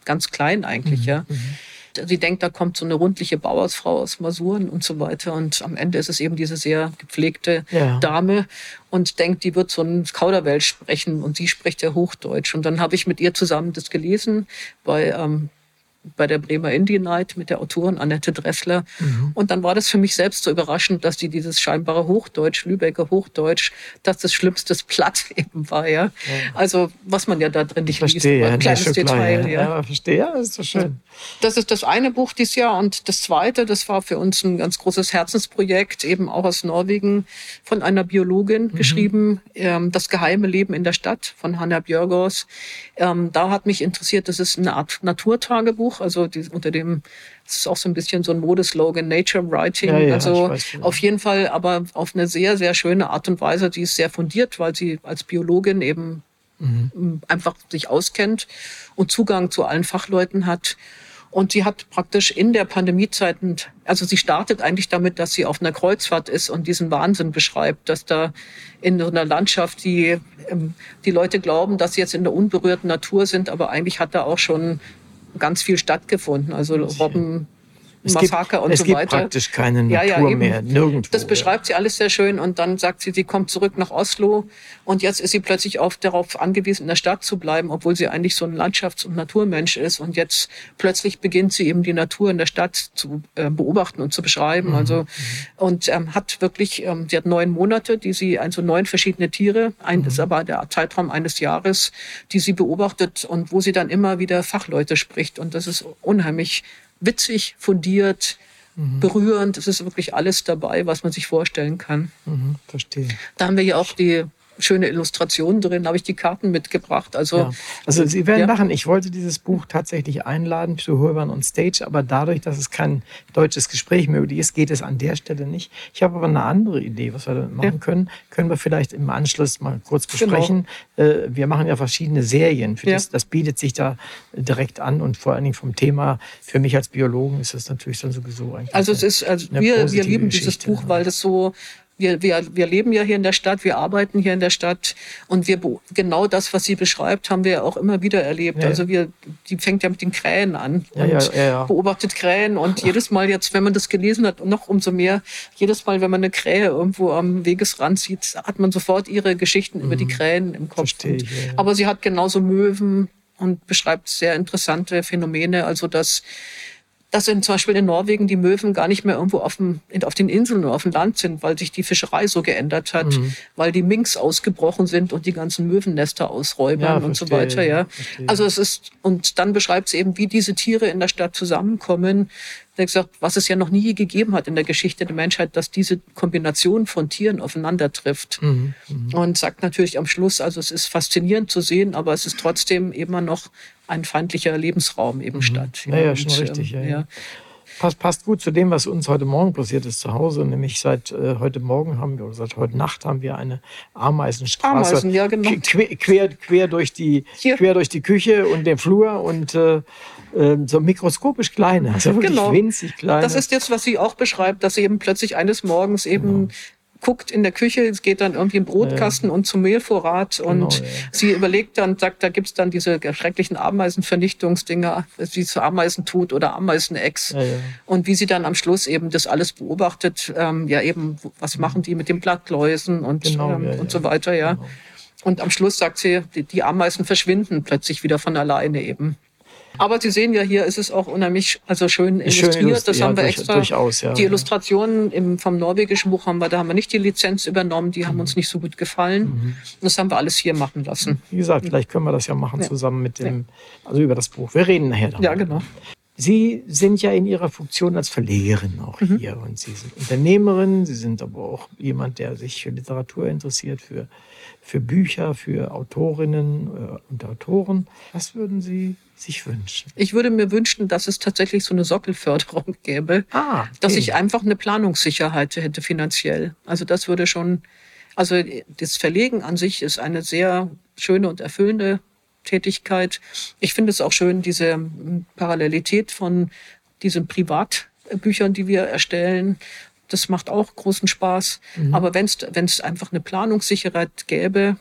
ganz klein eigentlich, Mhm. ja. Mhm. Sie denkt, da kommt so eine rundliche Bauersfrau aus Masuren und so weiter. Und am Ende ist es eben diese sehr gepflegte Ja. Dame und denkt, die wird so ein Kauderwelsch sprechen und sie spricht ja Hochdeutsch. Und dann habe ich mit ihr zusammen das gelesen bei, ähm, bei der Bremer Indie Night mit der Autorin Annette Dressler. Mhm. Und dann war das für mich selbst so überraschend, dass die dieses scheinbare Hochdeutsch, Lübecker Hochdeutsch, dass das schlimmste Platt eben war, ja. Ja. Also, was man ja da drin nicht liest, Verstehe, aber ja, ein kleines Stück Detail, klein, ja. ja. Verstehe, ja, das ist doch schön. Das ist das eine Buch dieses Jahr. Und das zweite, das war für uns ein ganz großes Herzensprojekt, eben auch aus Norwegen, von einer Biologin Mhm. geschrieben, ähm, Das geheime Leben in der Stadt von Hanna Björgås. Ähm, da hat mich interessiert, das ist eine Art Naturtagebuch, also die, unter dem, das ist auch so ein bisschen so ein Modeslogan, Nature Writing. Ja, ja, also ich weiß, ja. auf jeden Fall, aber auf eine sehr, sehr schöne Art und Weise. Die ist sehr fundiert, weil sie als Biologin eben Mhm. einfach sich auskennt und Zugang zu allen Fachleuten hat. Und sie hat praktisch in der Pandemiezeit, also sie startet eigentlich damit, dass sie auf einer Kreuzfahrt ist und diesen Wahnsinn beschreibt, dass da in so einer Landschaft die, die Leute glauben, dass sie jetzt in der unberührten Natur sind, aber eigentlich hat da auch schon ganz viel stattgefunden. Also Robben, Es gibt, Massaker und es so gibt weiter. praktisch keine Natur Ja, ja, eben. mehr, nirgendwo. Das beschreibt sie alles sehr schön und dann sagt sie, sie kommt zurück nach Oslo und jetzt ist sie plötzlich auf, darauf angewiesen, in der Stadt zu bleiben, obwohl sie eigentlich so ein Landschafts- und Naturmensch ist und jetzt plötzlich beginnt sie eben die Natur in der Stadt zu äh, beobachten und zu beschreiben. Mhm. Also und ähm, hat wirklich, ähm, sie hat neun Monate, die sie, also neun verschiedene Tiere, ein Mhm. ist aber der Zeitraum eines Jahres, die sie beobachtet und wo sie dann immer wieder Fachleute spricht und das ist unheimlich witzig, fundiert, Mhm. berührend. Es ist wirklich alles dabei, was man sich vorstellen kann. Mhm, verstehe. Da haben wir ja auch die schöne Illustration drin, habe ich die Karten mitgebracht. Also, Ja. Also Sie werden ja. lachen, ich wollte dieses Buch tatsächlich einladen zu Hörbahn on Stage, aber dadurch, dass es kein deutsches Gespräch möglich ist, geht es an der Stelle nicht. Ich habe aber eine andere Idee, was wir damit machen Ja. können. Können wir vielleicht im Anschluss mal kurz besprechen. Genau. Wir machen ja verschiedene Serien. Für Ja. das, das bietet sich da direkt an und vor allen Dingen vom Thema, für mich als Biologen ist das natürlich dann sowieso eigentlich Also es ist, also wir, wir lieben dieses Geschichte, Buch, ja. weil das so, wir, wir, wir leben ja hier in der Stadt, wir arbeiten hier in der Stadt und wir genau das, was sie beschreibt, haben wir auch immer wieder erlebt. Ja, ja. Also wir, die fängt ja mit den Krähen an Ja, und ja, ja, ja. beobachtet Krähen und jedes Mal jetzt, wenn man das gelesen hat, noch umso mehr, jedes Mal, wenn man eine Krähe irgendwo am Wegesrand sieht, hat man sofort ihre Geschichten über die Krähen im Kopf. Verstehe ich, Und, ja, ja. aber sie hat genauso Möwen und beschreibt sehr interessante Phänomene, also dass dass in, zum Beispiel in Norwegen die Möwen gar nicht mehr irgendwo auf, dem, auf den Inseln oder auf dem Land sind, weil sich die Fischerei so geändert hat, Mhm. weil die Minks ausgebrochen sind und die ganzen Möwennester ausräubern Ja, und so verstehe, weiter. Ja. verstehe. Also es ist, und dann beschreibt sie eben, wie diese Tiere in der Stadt zusammenkommen. Sie hat gesagt, was es ja noch nie gegeben hat in der Geschichte der Menschheit, dass diese Kombination von Tieren aufeinander trifft. Mhm. Mhm. Und sagt natürlich am Schluss, also es ist faszinierend zu sehen, aber es ist trotzdem immer noch ein feindlicher Lebensraum eben statt. Ja, ja, schon richtig, ja, ja. Passt, passt gut zu dem, was uns heute Morgen passiert ist zu Hause. Nämlich seit äh, heute Morgen haben wir, oder seit heute Nacht haben wir eine Ameisenstraße Ameisen, ja, genau. quer, quer, quer, durch die, Hier. quer durch die Küche und den Flur und äh, äh, so mikroskopisch kleine, also wirklich Genau. winzig kleine. Das ist jetzt, was sie auch beschreibt, dass sie eben plötzlich eines Morgens eben guckt in der Küche, es geht dann irgendwie im Brotkasten und zum Mehlvorrat und Genau, ja. sie überlegt dann, sagt, da gibt's dann diese schrecklichen Ameisenvernichtungsdinger, wie sie zu Ameisen tut oder Ameisenechs Ja, ja. und wie sie dann am Schluss eben das alles beobachtet, ähm, ja eben, was machen die mit den Blattläusen und, Genau, ähm, ja, ja. und so weiter, ja. Genau. Und am Schluss sagt sie, die, die Ameisen verschwinden plötzlich wieder von alleine eben. Aber Sie sehen ja, hier ist es auch unheimlich, also schön illustriert. illustri- das ja, haben wir durch- extra. durchaus, ja, die ja. Illustrationen im, vom norwegischen Buch haben wir, da haben wir nicht die Lizenz übernommen, die haben uns nicht so gut gefallen. Mhm. Das haben wir alles hier machen lassen. Wie gesagt, vielleicht können wir das ja machen Ja. zusammen mit dem, also über das Buch. Wir reden nachher darüber. Ja, genau. Sie sind ja in Ihrer Funktion als Verlegerin auch Mhm. hier und Sie sind Unternehmerin, Sie sind aber auch jemand, der sich für Literatur interessiert, für, für Bücher, für Autorinnen äh, und Autoren. Was würden Sie sich wünschen? Ich würde mir wünschen, dass es tatsächlich so eine Sockelförderung gäbe, Ah, dass okay. ich einfach eine Planungssicherheit hätte finanziell. Also das würde schon, also das Verlegen an sich ist eine sehr schöne und erfüllende Tätigkeit. Ich finde es auch schön, diese ähm, Parallelität von diesen Privatbüchern, die wir erstellen. Das macht auch großen Spaß. Mhm. Aber wenn es wenn es einfach eine Planungssicherheit gäbe,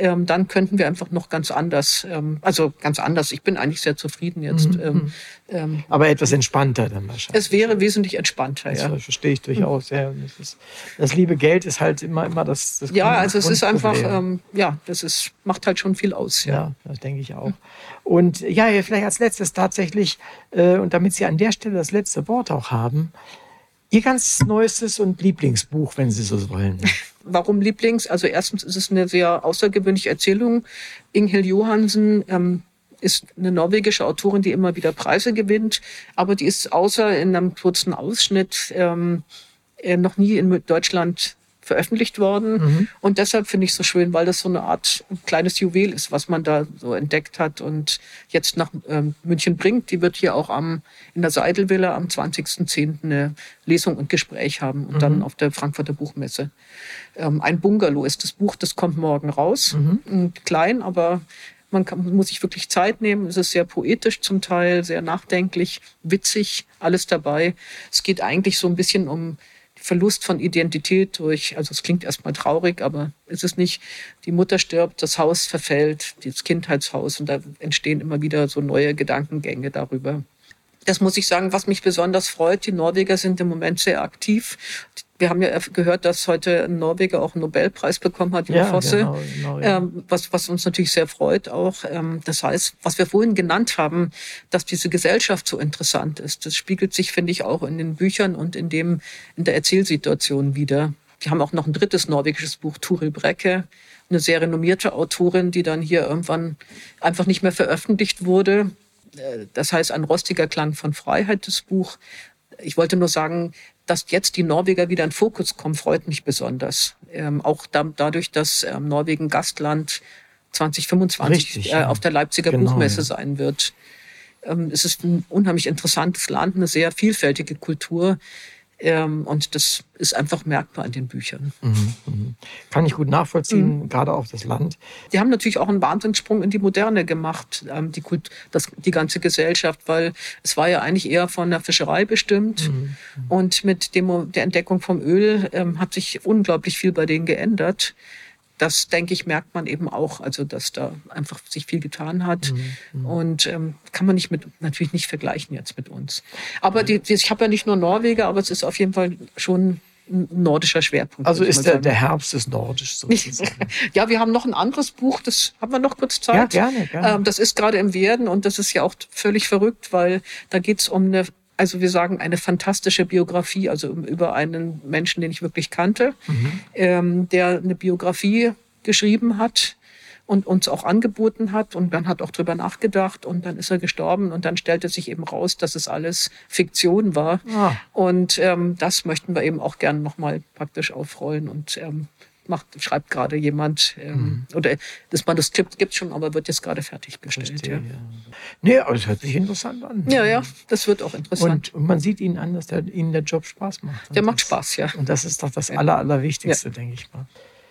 ähm, dann könnten wir einfach noch ganz anders, ähm, also ganz anders. Ich bin eigentlich sehr zufrieden jetzt. Mhm. Ähm, ähm, Aber etwas entspannter dann wahrscheinlich. Es wäre wesentlich entspannter, das ja. verstehe ich durchaus. Mhm. Ja. Das, ist, das liebe Geld ist halt immer, immer das, das Ja, also es ist einfach, Grundproblem. ähm, ja, das ist, macht halt schon viel aus. Ja, Ja, das denke ich auch. Und ja, vielleicht als letztes tatsächlich, äh, und damit Sie an der Stelle das letzte Wort auch haben, Ihr ganz neuestes und Lieblingsbuch, wenn Sie so wollen. Warum Lieblings? Also erstens ist es eine sehr außergewöhnliche Erzählung. Inghild Johansen ähm, ist eine norwegische Autorin, die immer wieder Preise gewinnt, aber die ist außer in einem kurzen Ausschnitt ähm, äh, noch nie in Deutschland veröffentlicht worden. Mhm. Und deshalb finde ich es so schön, weil das so eine Art kleines Juwel ist, was man da so entdeckt hat und jetzt nach ähm, München bringt. Die wird hier auch am, in der Seidelvilla am zwanzigsten zehnten eine Lesung und Gespräch haben und mhm. dann auf der Frankfurter Buchmesse. Ähm, ein Bungalow ist das Buch, das kommt morgen raus. Mhm. Klein, aber man kann, muss sich wirklich Zeit nehmen. Es ist sehr poetisch zum Teil, sehr nachdenklich, witzig, alles dabei. Es geht eigentlich so ein bisschen um Verlust von Identität durch, also es klingt erstmal traurig, aber ist es nicht. Die Mutter stirbt, das Haus verfällt, das Kindheitshaus und da entstehen immer wieder so neue Gedankengänge darüber. Das muss ich sagen, was mich besonders freut. Die Norweger sind im Moment sehr aktiv. Wir haben ja gehört, dass heute ein Norweger auch einen Nobelpreis bekommen hat, ja, Fosse, genau, genau, ja. ähm, was, was uns natürlich sehr freut auch. Ähm, das heißt, was wir vorhin genannt haben, dass diese Gesellschaft so interessant ist, das spiegelt sich, finde ich, auch in den Büchern und in dem in der Erzählsituation wieder. Die haben auch noch ein drittes norwegisches Buch, Turil Brekke, eine sehr renommierte Autorin, die dann hier irgendwann einfach nicht mehr veröffentlicht wurde. Das heißt, ein rostiger Klang von Freiheit, das Buch. Ich wollte nur sagen, dass jetzt die Norweger wieder in Fokus kommen, freut mich besonders. Ähm, auch da, dadurch, dass ähm, Norwegen Gastland zwanzig fünfundzwanzig Richtig, äh, ja. auf der Leipziger Genau, Buchmesse ja. sein wird. Ähm, es ist ein unheimlich interessantes Land, eine sehr vielfältige Kultur. Ähm, und das ist einfach merkbar in den Büchern. Mhm, mhm. Kann ich gut nachvollziehen, mhm. gerade auch das Land. Die haben natürlich auch einen Wahnsinnssprung in die Moderne gemacht, ähm, die, Kult, das, die ganze Gesellschaft, weil es war ja eigentlich eher von der Fischerei bestimmt. Mhm. Und mit dem, der Entdeckung vom Öl ähm, hat sich unglaublich viel bei denen geändert. Das, denke ich, merkt man eben auch, also dass da einfach sich viel getan hat. Mhm. Und ähm, kann man nicht mit, natürlich nicht vergleichen jetzt mit uns. Aber die, die, ich habe ja nicht nur Norweger, aber es ist auf jeden Fall schon ein nordischer Schwerpunkt. Also ist der, der Herbst des Nordisch sozusagen. Ja, wir haben noch ein anderes Buch, das haben wir noch kurz Zeit. Ja, gerne, gerne. Ähm, das ist gerade im Werden und das ist ja auch völlig verrückt, weil da geht es um eine, also wir sagen eine fantastische Biografie, also über einen Menschen, den ich wirklich kannte, mhm. ähm, der eine Biografie geschrieben hat und uns auch angeboten hat und man hat auch drüber nachgedacht und dann ist er gestorben und dann stellte sich eben raus, dass es alles Fiktion war. Ah. Und ähm, das möchten wir eben auch gerne nochmal praktisch aufrollen und ähm, macht, schreibt gerade jemand, ähm, mhm. oder das Manuskript gibt es schon, aber wird jetzt gerade fertiggestellt. Verstehe, ja. Ja. Nee, aber es hört sich interessant an. Ja, ja, das wird auch interessant. Und, und man sieht Ihnen an, dass der, Ihnen der Job Spaß macht. Der und macht das, Spaß, ja. Und das ist doch das Aller, Allerwichtigste, ja. denke ich mal.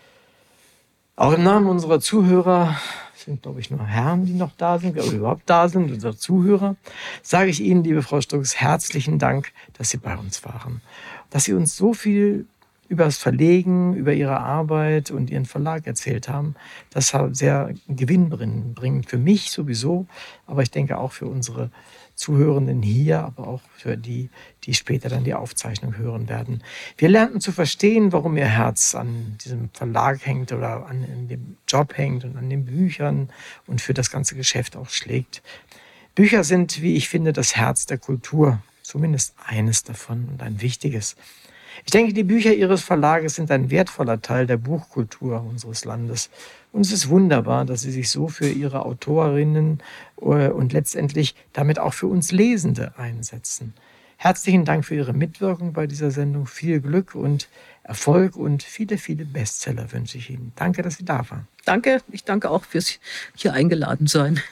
Auch im Namen unserer Zuhörer, sind glaube ich nur Herren, die noch da sind, oder überhaupt da sind, unsere Zuhörer, sage ich Ihnen, liebe Frau Strux, herzlichen Dank, dass Sie bei uns waren. Dass Sie uns so viel über das Verlegen, über Ihre Arbeit und Ihren Verlag erzählt haben. Das hat sehr gewinnbringend für mich sowieso, aber ich denke auch für unsere Zuhörenden hier, aber auch für die, die später dann die Aufzeichnung hören werden. Wir lernten zu verstehen, warum Ihr Herz an diesem Verlag hängt oder an dem Job hängt und an den Büchern und für das ganze Geschäft auch schlägt. Bücher sind, wie ich finde, das Herz der Kultur, zumindest eines davon und ein wichtiges. Ich denke, die Bücher Ihres Verlages sind ein wertvoller Teil der Buchkultur unseres Landes. Und es ist wunderbar, dass Sie sich so für Ihre Autorinnen und letztendlich damit auch für uns Lesende einsetzen. Herzlichen Dank für Ihre Mitwirkung bei dieser Sendung. Viel Glück und Erfolg und viele, viele Bestseller wünsche ich Ihnen. Danke, dass Sie da waren. Danke, ich danke auch fürs hier eingeladen sein.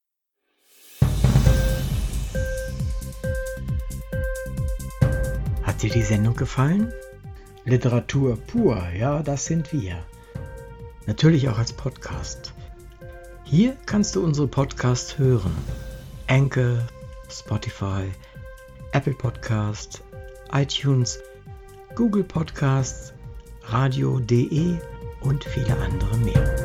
Hat dir die Sendung gefallen? Literatur pur, ja, das sind wir. Natürlich auch als Podcast. Hier kannst du unsere Podcasts hören. Anchor, Spotify, Apple Podcasts, iTunes, Google Podcasts, radio punkt de und viele andere mehr.